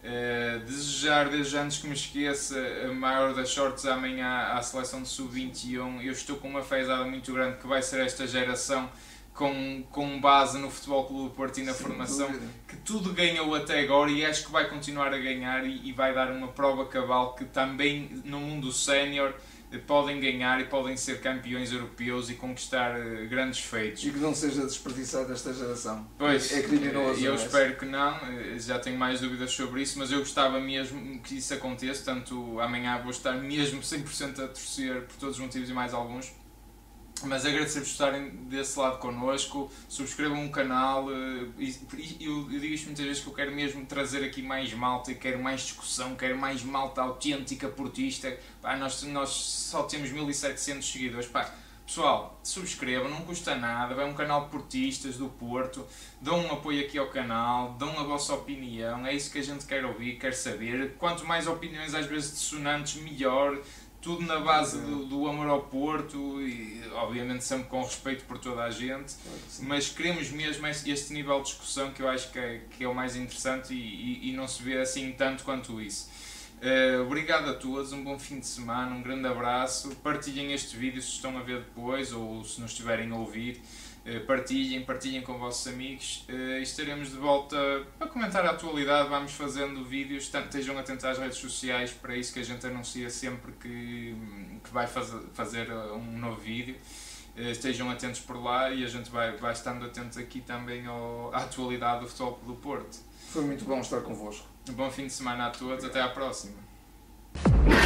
Uh, desejar desde antes que me esqueça a maior das sortes amanhã à seleção de sub vinte e um. Eu estou com uma fezada muito grande que vai ser esta geração com, com base no Futebol Clube do Porto e na Sem formação dúvida. Que tudo ganhou até agora e acho que vai continuar a ganhar e, e vai dar uma prova cabal que também no mundo sénior podem ganhar e podem ser campeões europeus e conquistar uh, grandes feitos. E que não seja desperdiçada esta geração. Pois, é criminoso. Eu espero que não, já tenho mais dúvidas sobre isso, mas eu gostava mesmo que isso aconteça, portanto amanhã vou estar mesmo cem por cento a torcer por todos os motivos e mais alguns. Mas agradecer-vos por estarem desse lado connosco, subscrevam o canal e, e eu, eu digo isto muitas vezes que eu quero mesmo trazer aqui mais malta e quero mais discussão, quero mais malta autêntica, portista. Pá, nós, nós só temos mil e setecentos seguidores. Pá, pessoal, subscrevam, não custa nada, é um canal de portistas do Porto, dão um apoio aqui ao canal, dão a vossa opinião, é isso que a gente quer ouvir, quer saber. Quanto mais opiniões às vezes dissonantes, melhor. Tudo na base do, do amor ao Porto e obviamente sempre com respeito por toda a gente, mas queremos mesmo este nível de discussão que eu acho que é, que é o mais interessante e, e, e não se vê assim tanto quanto isso. Uh, obrigado a todos, um bom fim de semana, um grande abraço, partilhem este vídeo se estão a ver depois ou se nos estiverem a ouvir. Uh, partilhem, partilhem com vossos amigos uh, e estaremos de volta para comentar a atualidade, vamos fazendo vídeos, tanto estejam atentos às redes sociais, para isso que a gente anuncia sempre que, que vai fazer, fazer um novo vídeo, uh, estejam atentos por lá e a gente vai, vai estando atentos aqui também ao, à atualidade do Futebol Clube do Porto. Foi muito bom estar convosco. Um bom fim de semana a todos, até à próxima.